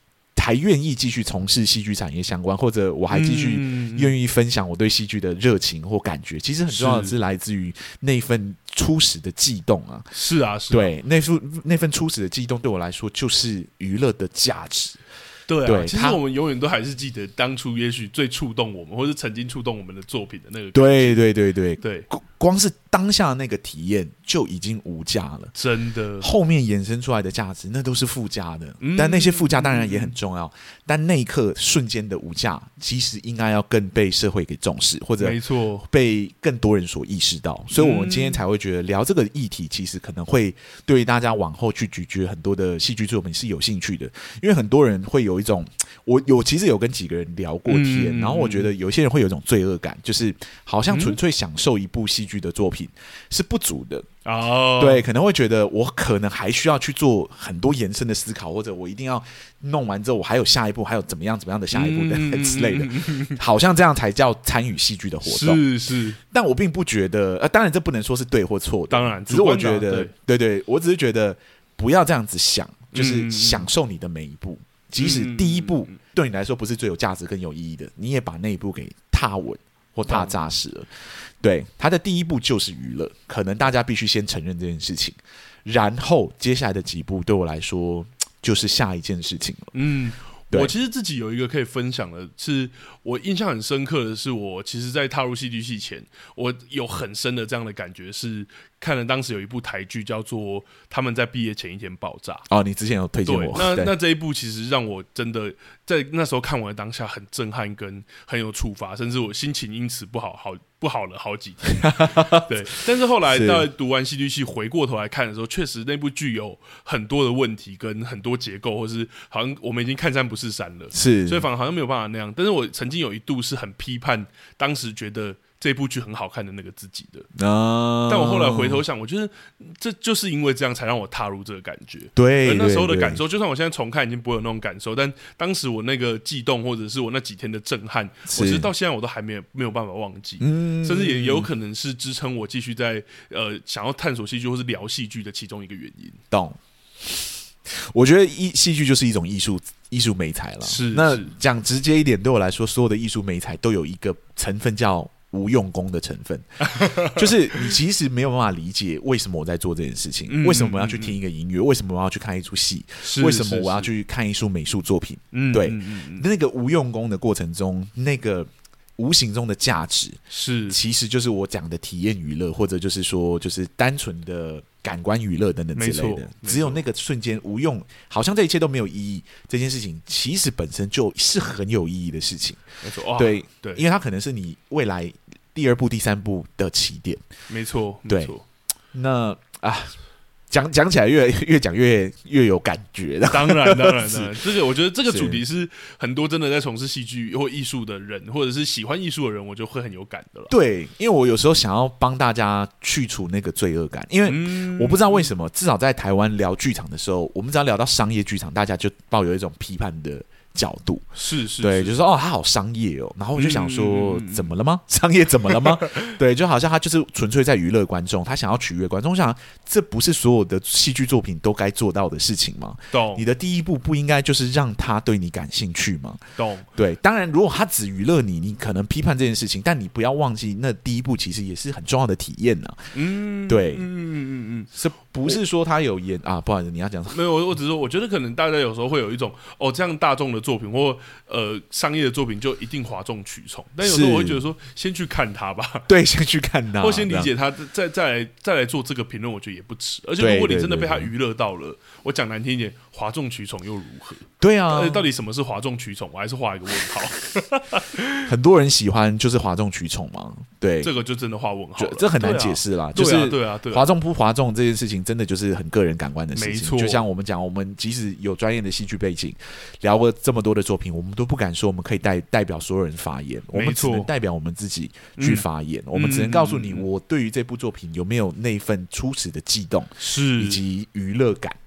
Speaker 1: 还愿意继续从事戏剧产业相关，或者我还继续愿意分享我对戏剧的热情或感觉，其实很重要的是来自于那份初始的悸动啊。
Speaker 2: 是啊，
Speaker 1: 对，那份初始的悸动对我来说就是娱乐的价值。
Speaker 2: 对，其实我们永远都还是记得当初也许最触动我们，或是曾经触动我们的作品的那个感觉。对，
Speaker 1: 光是当下那个体验就已经无价了，
Speaker 2: 真的。
Speaker 1: 后面衍生出来的价值那都是附加的，但那些附加当然也很重要，但那一刻瞬间的无价，其实应该要更被社会给重视，或者
Speaker 2: 没错
Speaker 1: 被更多人所意识到。所以我们今天才会觉得聊这个议题，其实可能会对大家往后去咀嚼很多的戏剧作品是有兴趣的，因为很多人会有一种，我其实有跟几个人聊过天，然后我觉得有些人会有一种罪恶感，就是好像纯粹享受一部戏剧的作品是不足的。对，可能会觉得我可能还需要去做很多延伸的思考，或者我一定要弄完之后我还有下一步，还有怎么样的下一步之类的，好像这样才叫参与戏剧的活动。
Speaker 2: 是，
Speaker 1: 但我并不觉得，当然这不能说是对或错的，
Speaker 2: 当然，
Speaker 1: 只是我觉得，对，我只是觉得不要这样子想，就是享受你的每一步，即使第一步对你来说不是最有价值跟有意义的，你也把那一步给踏稳或踏扎实了。对，他的第一步就是娱乐，可能大家必须先承认这件事情，然后接下来的几步对我来说就是下一件事情了。
Speaker 2: 我其实自己有一个可以分享的是，我印象很深刻的是，我其实在踏入戏剧系前，我有很深的这样的感觉，是看了当时有一部台剧叫做《他们在毕业前一天爆炸》。
Speaker 1: 你之前有推荐我。
Speaker 2: 那这一部其实让我真的在那时候看完的当下很震撼跟很有触发，甚至我心情因此不好了好几天。对，但是后来到读完戏剧系回过头来看的时候，确实那部剧有很多的问题跟很多结构，或是好像我们已经看山不是山了，所以反而好像没有办法那样。但是我曾经有一度是很批判当时觉得这部剧很好看的那个自己的，但我后来回头想，我觉得这就是因为这样才让我踏入这个感觉。
Speaker 1: 对，
Speaker 2: 而那时候的感受，就算我现在重看已经不会有那种感受，但当时我那个悸动，或者是我那几天的震撼，我其实到现在我都还没有办法忘记，甚至也有可能是支撑我继续在想要探索戏剧或是聊戏剧的其中一个原因。
Speaker 1: 懂。我觉得戏剧就是一种艺术媒材了。那讲直接一点，对我来说，所有的艺术媒材都有一个成分叫无用功的成分，就是你其实没有办法理解为什么我在做这件事情，为什么我要去听一个音乐，为什么我要去看一出戏，为什么我要去看一出美术作品。对，那个无用功的过程中，那个无形中的价值其实就是我讲的体验娱乐，或者就是说就是单纯的感官娱乐等等之类的。只有那个瞬间无用，好像这一切都没有意义，这件事情其实本身就是很有意义的事情。
Speaker 2: 没错，
Speaker 1: 对，因为它可能是你未来第二步第三步的起点。
Speaker 2: 没错，
Speaker 1: 对。那讲起来越讲越有感觉。
Speaker 2: 当然，这个我觉得这个主题是很多真的在从事戏剧或艺术的人，或者是喜欢艺术的人，我就会很有感的了。
Speaker 1: 对，因为我有时候想要帮大家去除那个罪恶感，因为我不知道为什么，至少在台湾聊剧场的时候，我们只要聊到商业剧场，大家就抱有一种批判的角度。对，就是说它好商业哦，然后我就想说，怎么了吗？商业怎么了吗？对，就好像他就是纯粹在娱乐观众，他想要取悦观众。我想这不是所有的戏剧作品都该做到的事情吗？
Speaker 2: 懂。
Speaker 1: 你的第一步不应该就是让他对你感兴趣吗？
Speaker 2: 懂。
Speaker 1: 对，当然如果他只娱乐你，你可能批判这件事情，但你不要忘记，那第一步其实也是很重要的体验呢。对，是不是说他有不好意思，你要讲什么？
Speaker 2: 没有，我只是说，我觉得可能大家有时候会有一种这样大众的作品或商业的作品就一定哗众取宠，但有时候我会觉得说，先去看它吧。
Speaker 1: 对，先去看它，
Speaker 2: 或先理解它，再来做这个评论，我觉得也不迟。而且如果你真的被它娱乐到了，我讲难听一点，哗众取宠又如何？
Speaker 1: 对啊，
Speaker 2: 到底什么是哗众取宠？我还是画一个问号。
Speaker 1: 很多人喜欢就是哗众取宠嘛，对，
Speaker 2: 这个就真的画问号了，
Speaker 1: 这很难解释啦。就是
Speaker 2: 对啊，
Speaker 1: 哗众不哗众这件事情，真的就是很个人感官的事情。
Speaker 2: 没错，
Speaker 1: 就像我们讲，我们即使有专业的戏剧背景，聊过这么多的作品，我们都不敢说我们可以代表所有人发言，我们只能代表我们自己去发言。我们只能告诉你，我对于这部作品有没有那份初始的悸动，以及娱乐感。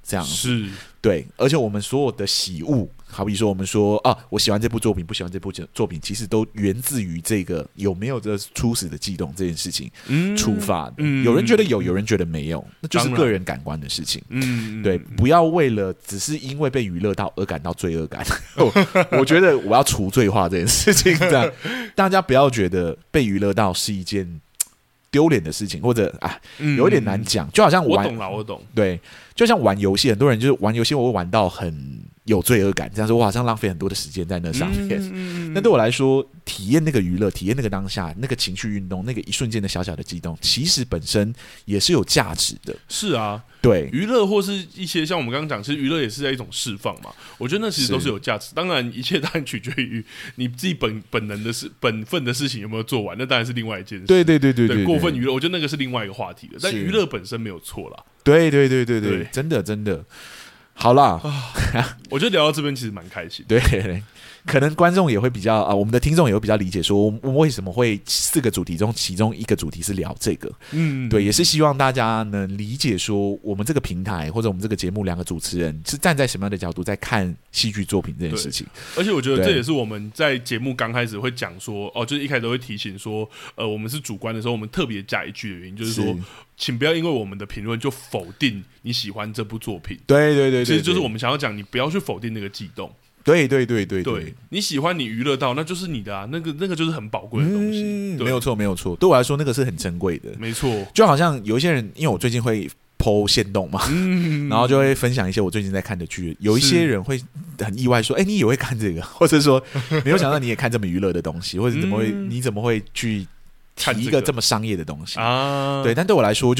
Speaker 1: 这样子
Speaker 2: 是
Speaker 1: 对，而且我们所有的喜恶，好比说我们说我喜欢这部作品，不喜欢这部作品，其实都源自于这个有没有这初始的悸动这件事情出发的。有人觉得有人觉得没有，那就是个人感官的事情。对，不要为了只是因为被娱乐到而感到罪恶感。我觉得我要除罪化这件事情，这样大家不要觉得被娱乐到是一件丢脸的事情，或者有一点难讲，就好像
Speaker 2: 我懂，
Speaker 1: 对，就像玩游戏，很多人就是玩游戏，我会玩到很有罪恶感，这样说我好像浪费很多的时间在那上面。但对我来说，体验那个娱乐，体验那个当下，那个情绪运动，那个一瞬间的小小的激动，其实本身也是有价值的。
Speaker 2: 是啊，
Speaker 1: 对，
Speaker 2: 娱乐或是一些像我们刚刚讲，其实娱乐也是在一种释放嘛。我觉得那其实都是有价值。当然，一切当然取决于你自己本能的本分的事情有没有做完，那当然是另外一件事。对，过分娱乐，我觉得那个是另外一个话题了。但娱乐本身没有错啦。
Speaker 1: 对，真的。好啦，
Speaker 2: 我觉得聊到这边其实蛮开心。
Speaker 1: 对，可能观众也会比较我们的听众也会比较理解，说我们为什么会4个主题中其中一个主题是聊这个。对，也是希望大家能理解说，我们这个平台或者我们这个节目2个主持人是站在什么样的角度在看戏剧作品这件事情。
Speaker 2: 而且我觉得这也是我们在节目刚开始会讲说，就是一开始都会提醒说，我们是主观的时候，我们特别加一句的原因，就是说，请不要因为我们的评论就否定你喜欢这部作品。
Speaker 1: 对，
Speaker 2: 其实就是我们想要讲，你不要去否定那个悸动。
Speaker 1: 对，
Speaker 2: 你喜欢你娱乐到，那就是你的啊，那个就是很宝贵的东西。
Speaker 1: 没有错，对我来说那个是很珍贵的。
Speaker 2: 没错，
Speaker 1: 就好像有一些人，因为我最近会po限动嘛，然后就会分享一些我最近在看的剧，有一些人会很意外说，你也会看这个，或者说没有想到你也看这么娱乐的东西，或者你怎么会去提一个这么商业的东西啊？对，但对我来说就是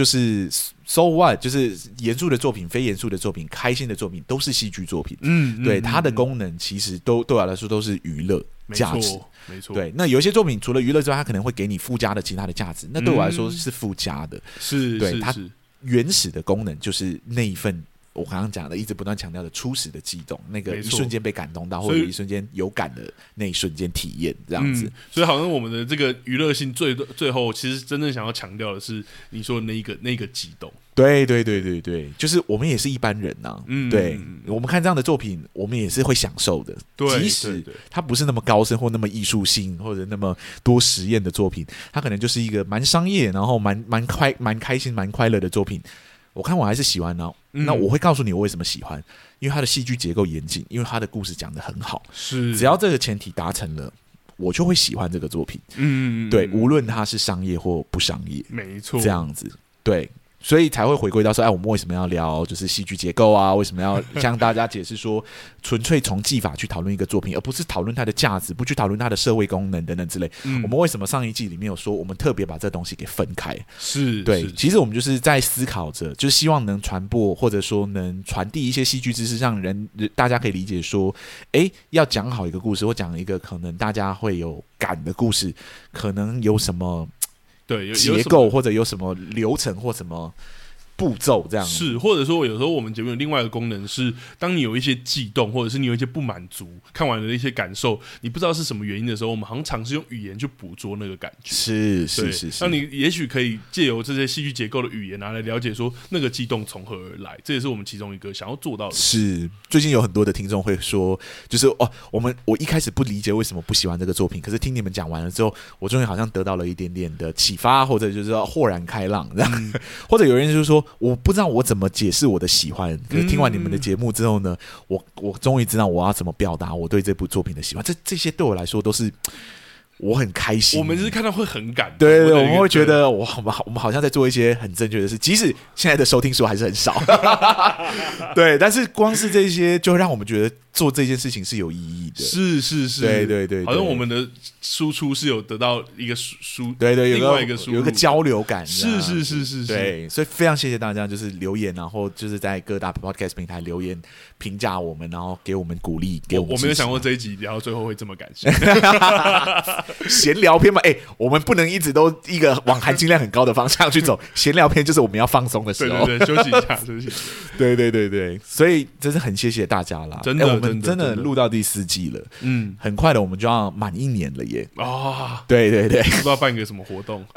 Speaker 1: so what， 就是严肃的作品、非严肃的作品、开心的作品都是戏剧作品。对，它的功能其实对我来说都是娱乐价值。
Speaker 2: 没错，
Speaker 1: 对。那有一些作品除了娱乐之外，它可能会给你附加的其他的价值，那对我来说是附加的。对，它原始的功能就是那一份。我刚刚讲的，一直不断强调的初始的激动，那个一瞬间被感动到，或者一瞬间有感的那一瞬间体验，这样子。
Speaker 2: 所以好像我们的这个娱乐性最后，其实真正想要强调的是你说的那个激动。
Speaker 1: 对，就是我们也是一般人呐。对，我们看这样的作品，我们也是会享受的。即使它不是那么高深或那么艺术性，或者那么多实验的作品，它可能就是一个蛮商业，然后蛮开心、蛮快乐的作品。我看我还是喜欢呢。那我会告诉你我为什么喜欢，因为它的戏剧结构严谨，因为它的故事讲得很好。只要这个前提达成了，我就会喜欢这个作品。对，无论它是商业或不商业，
Speaker 2: 没错，
Speaker 1: 这样子。对。所以才会回归到说，我们为什么要聊就是戏剧结构啊？为什么要向大家解释说，纯粹从技法去讨论一个作品，而不是讨论它的价值，不去讨论它的社会功能等等之类。我们为什么上一季里面有说，我们特别把这东西给分开？对，其实我们就是在思考着，就是希望能传播或者说能传递一些戏剧知识，让大家可以理解说，要讲好一个故事，或讲一个可能大家会有感的故事，可能有什么。对，结构或者有什么流程或什么步骤这样
Speaker 2: 是，或者说有时候我们节目有另外一个功能是，当你有一些悸动，或者是你有一些不满足，看完了一些感受，你不知道是什么原因的时候，我们好像尝试用语言去捕捉那个感觉。
Speaker 1: 是。
Speaker 2: 那你也许可以借由这些戏剧结构的语言来了解说那个悸动从何而来，这也是我们其中一个想要做到的。
Speaker 1: 是，最近有很多的听众会说，就是我一开始不理解为什么不喜欢这个作品，可是听你们讲完了之后，我终于好像得到了一点点的启发，或者就是豁然开朗这样。或者有人就是说，我不知道我怎么解释我的喜欢，可是听完你们的节目之后呢，我终于知道我要怎么表达我对这部作品的喜欢。这些对我来说都是我很开心。
Speaker 2: 我们是看到会很感动。
Speaker 1: 对，我们会觉得我们好像在做一些很正确的事，即使现在的收听数还是很少。对，但是光是这些就让我们觉得做这件事情是有意义的。
Speaker 2: 是。
Speaker 1: 对，
Speaker 2: 好像我们的输出是有得到一个
Speaker 1: 对，
Speaker 2: 另外一个输入，
Speaker 1: 有一个交流感。
Speaker 2: 是。
Speaker 1: 对，所以非常谢谢大家，就是留言，然后就是在各大 podcast 平台留言评价我们，然后给我们鼓励，给我们。
Speaker 2: 我没有想过这一集聊到最后会这么感谢。
Speaker 1: 闲聊篇嘛，我们不能一直都一个往含金量很高的方向去走。闲聊篇就是我们要放松的时候，
Speaker 2: 对，休息一下。
Speaker 1: 对，所以真是很谢谢大家啦，
Speaker 2: 真的，
Speaker 1: 我们真的录到第4季了，很快的我们就要满1年了耶。
Speaker 2: 啊，
Speaker 1: 对，
Speaker 2: 不知道办个什么活动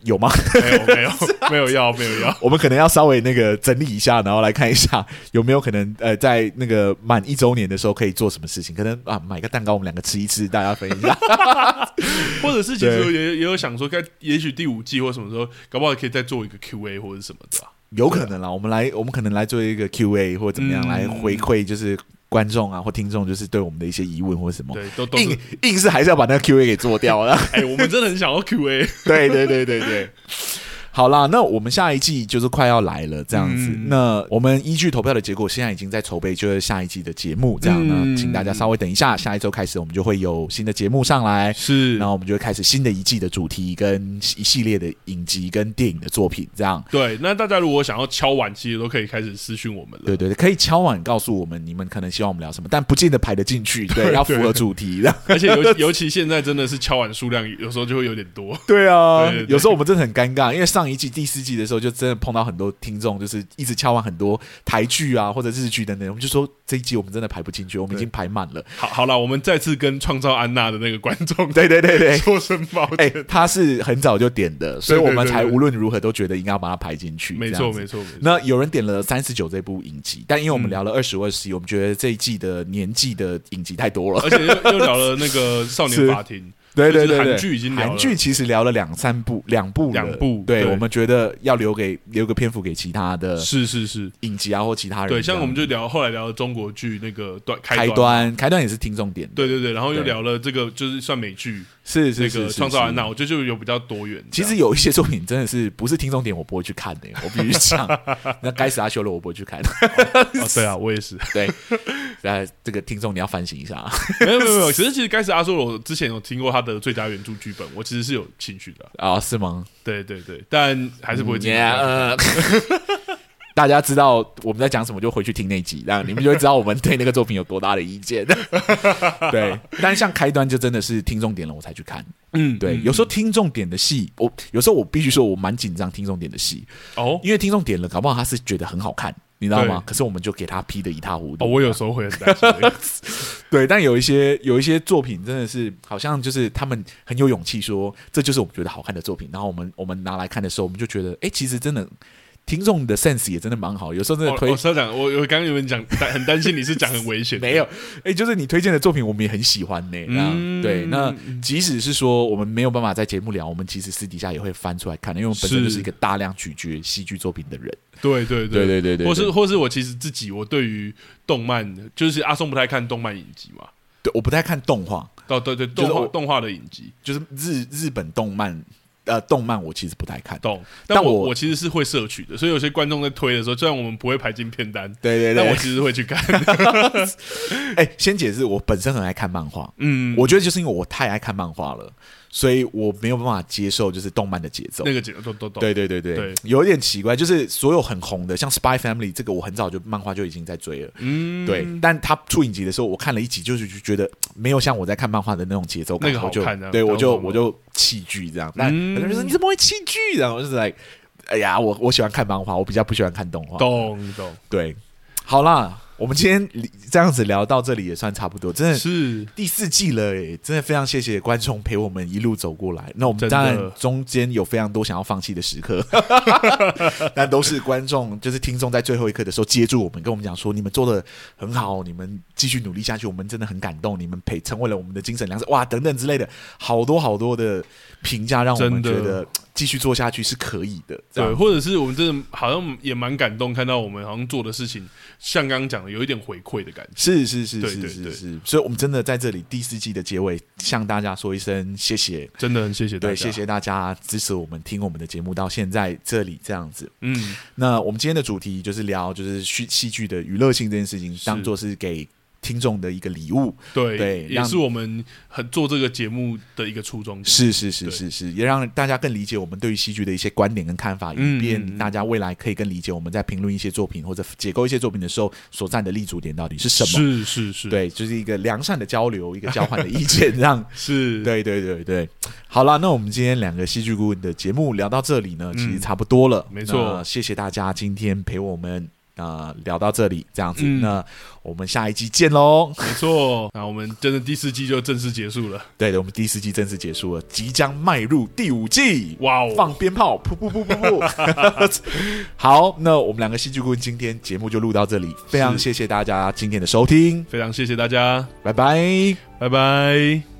Speaker 1: 有吗？
Speaker 2: 没有要。
Speaker 1: 我们可能要稍微那个整理一下，然后来看一下有没有可能在那个满1周年的时候可以做什么事情，可能买个蛋糕我们2个吃一吃，大家分一下。
Speaker 2: 或者是其实也有想说，也许第5季或什么时候，搞不好可以再做一个 Q&A 或者什么的吧。
Speaker 1: 有可能啦，我们可能来做一个 Q&A 或者怎么样来回馈，就是观众啊或听众，就是对我们的一些疑问或什么。
Speaker 2: 对，都
Speaker 1: 硬是还是要把那个 Q&A 给做掉了。
Speaker 2: 我们真的很想要 Q&A。
Speaker 1: 对。好啦，那我们下一季就是快要来了，这样子。那我们依据投票的结果，现在已经在筹备就是下一季的节目，这样呢，请大家稍微等一下，下一周开始我们就会有新的节目上来，
Speaker 2: 是，
Speaker 1: 然后我们就会开始新的一季的主题跟一系列的影集跟电影的作品，这样。
Speaker 2: 对，那大家如果想要敲碗，其实都可以开始私讯我们了。
Speaker 1: 对，可以敲碗告诉我们你们可能希望我们聊什么，但不见得排得进去，对，要符合主题。
Speaker 2: 而且尤其现在真的是敲碗数量有时候就会有点多。
Speaker 1: 对啊，对，有时候我们真的很尴尬，因为上一季第4季的时候就真的碰到很多听众，就是一直敲完很多台剧啊或者日剧等等，我们就说这一季我们真的排不进去，我们已经排满了。
Speaker 2: 好了，我们再次跟创造安娜的那个观众
Speaker 1: 对
Speaker 2: 说声抱歉。
Speaker 1: 他是很早就点的，所以我们才无论如何都觉得应该要把它排进去。
Speaker 2: 没错。
Speaker 1: 那有人点了39这部影集，但因为我们聊了20、21，我们觉得这一季的年纪的影集太多了，
Speaker 2: 而且又聊了那个少年法庭。
Speaker 1: 对，
Speaker 2: 韩剧已经聊了，
Speaker 1: 韩剧其实聊了2、3部，两部，对，我们觉得要留个篇幅给其他的，
Speaker 2: 是
Speaker 1: 影集啊或其他人。
Speaker 2: 对，像我们就后来聊了中国剧那个
Speaker 1: 开端也是听众点的，
Speaker 2: 对，然后又聊了这个就是算美剧，
Speaker 1: 是
Speaker 2: 那个创造安娜，我觉得就有比较多元。
Speaker 1: 其实有一些作品真的是不是听众点我不会去看的，我必须讲。那该死阿修罗我不会去看。
Speaker 2: 对啊，我也是。
Speaker 1: 对，这个听众你要反省一下。
Speaker 2: 没有，其实该死阿修罗之前有听过他的最佳原著剧本，我其实是有兴趣的
Speaker 1: 啊。是吗？
Speaker 2: 对，但还是不会进。
Speaker 1: 大家知道我们在讲什么，就回去听那集，然后你们就会知道我们对那个作品有多大的意见。对，但像开端就真的是听众点了我才去看。对，有时候听众点的戏，有时候我必须说我蛮紧张听众点的戏因为听众点了，搞不好他是觉得很好看。你知道吗？可是我们就给他批的一塌糊涂。
Speaker 2: 我有时候会很担心。
Speaker 1: 对，但有一些作品真的是好像就是他们很有勇气说这就是我们觉得好看的作品，然后我们拿来看的时候，我们就觉得其实真的听众的 sense 也真的蛮好，有时候真的
Speaker 2: 我讲，我刚刚有人讲很担心你是讲很危险，
Speaker 1: 没有，就是你推荐的作品我们也很喜欢呢。对，那即使是说我们没有办法在节目聊，我们其实私底下也会翻出来看，因为我们本身就是一个大量咀嚼戏剧作品的人。对，
Speaker 2: 或是我其实自己我对于动漫，就是阿松不太看动漫影集嘛，
Speaker 1: 对，我不太看动画。
Speaker 2: 对，动画的影集
Speaker 1: 就是日本动漫。动漫我其实不太看，
Speaker 2: 但我其实是会摄取的，所以有些观众在推的时候，虽然我们不会排进片单，
Speaker 1: 对，
Speaker 2: 但我其实会去看。
Speaker 1: 先解释，我本身很爱看漫画，我觉得就是因为我太爱看漫画了，所以我没有办法接受就是动漫的节奏，
Speaker 2: 那个节奏都
Speaker 1: 对，有一点奇怪，就是所有很红的，像 Spy Family 这个，我很早就漫画就已经在追了，对，但他出影集的时候，我看了一集，就是觉得没有像我在看漫画的那种节奏感，
Speaker 2: 那个好看的，
Speaker 1: 对，我就弃剧这样，但很多人说你怎么会弃剧？然后我就是like，哎呀，我喜欢看漫画，我比较不喜欢看动画，
Speaker 2: 懂，
Speaker 1: 对，好啦。我们今天这样子聊到这里也算差不多，真的
Speaker 2: 是
Speaker 1: 第4季了真的非常谢谢观众陪我们一路走过来。那我们当然中间有非常多想要放弃的时刻，但都是观众就是听众在最后一刻的时候接住我们，跟我们讲说你们做的很好，你们继续努力下去，我们真的很感动，你们成为了我们的精神粮食，哇等等之类的，好多的评价让我们觉得继续做下去是可以的。
Speaker 2: 对，或者是我们真的好像也蛮感动，看到我们好像做的事情像刚刚讲的有一点回馈的感觉。
Speaker 1: 是，所以我们真的在这里第4季的结尾向大家说一声谢谢，
Speaker 2: 真的很谢谢大家，
Speaker 1: 对，谢谢大家支持我们听我们的节目到现在这里这样子。那我们今天的主题就是聊就是戏剧的娱乐性这件事情，当作是给听众的一个礼物，对，
Speaker 2: 也是我们做这个节目的一个初衷。
Speaker 1: 是，也让大家更理解我们对于戏剧的一些观点跟看法，以便大家未来可以更理解我们在评论一些作品或者解构一些作品的时候所站的立足点到底是什么。
Speaker 2: 是，
Speaker 1: 对，就是一个良善的交流，一个交换的意见，这样
Speaker 2: 是，
Speaker 1: 对。好了，那我们今天2个戏剧顾问的节目聊到这里呢，其实差不多了。
Speaker 2: 没错，
Speaker 1: 谢谢大家今天陪我们聊到这里这样子，那我们下一季见咯。
Speaker 2: 没错，那我们真的第4季就正式结束了。
Speaker 1: 对的，我们第4季正式结束了，即将迈入第5季。
Speaker 2: 哇哦，
Speaker 1: 放鞭炮，噗噗噗噗噗。好，那我们2个戏剧顾问今天节目就录到这里，非常谢谢大家今天的收听，
Speaker 2: 非常谢谢大家，
Speaker 1: 拜拜，
Speaker 2: 拜拜。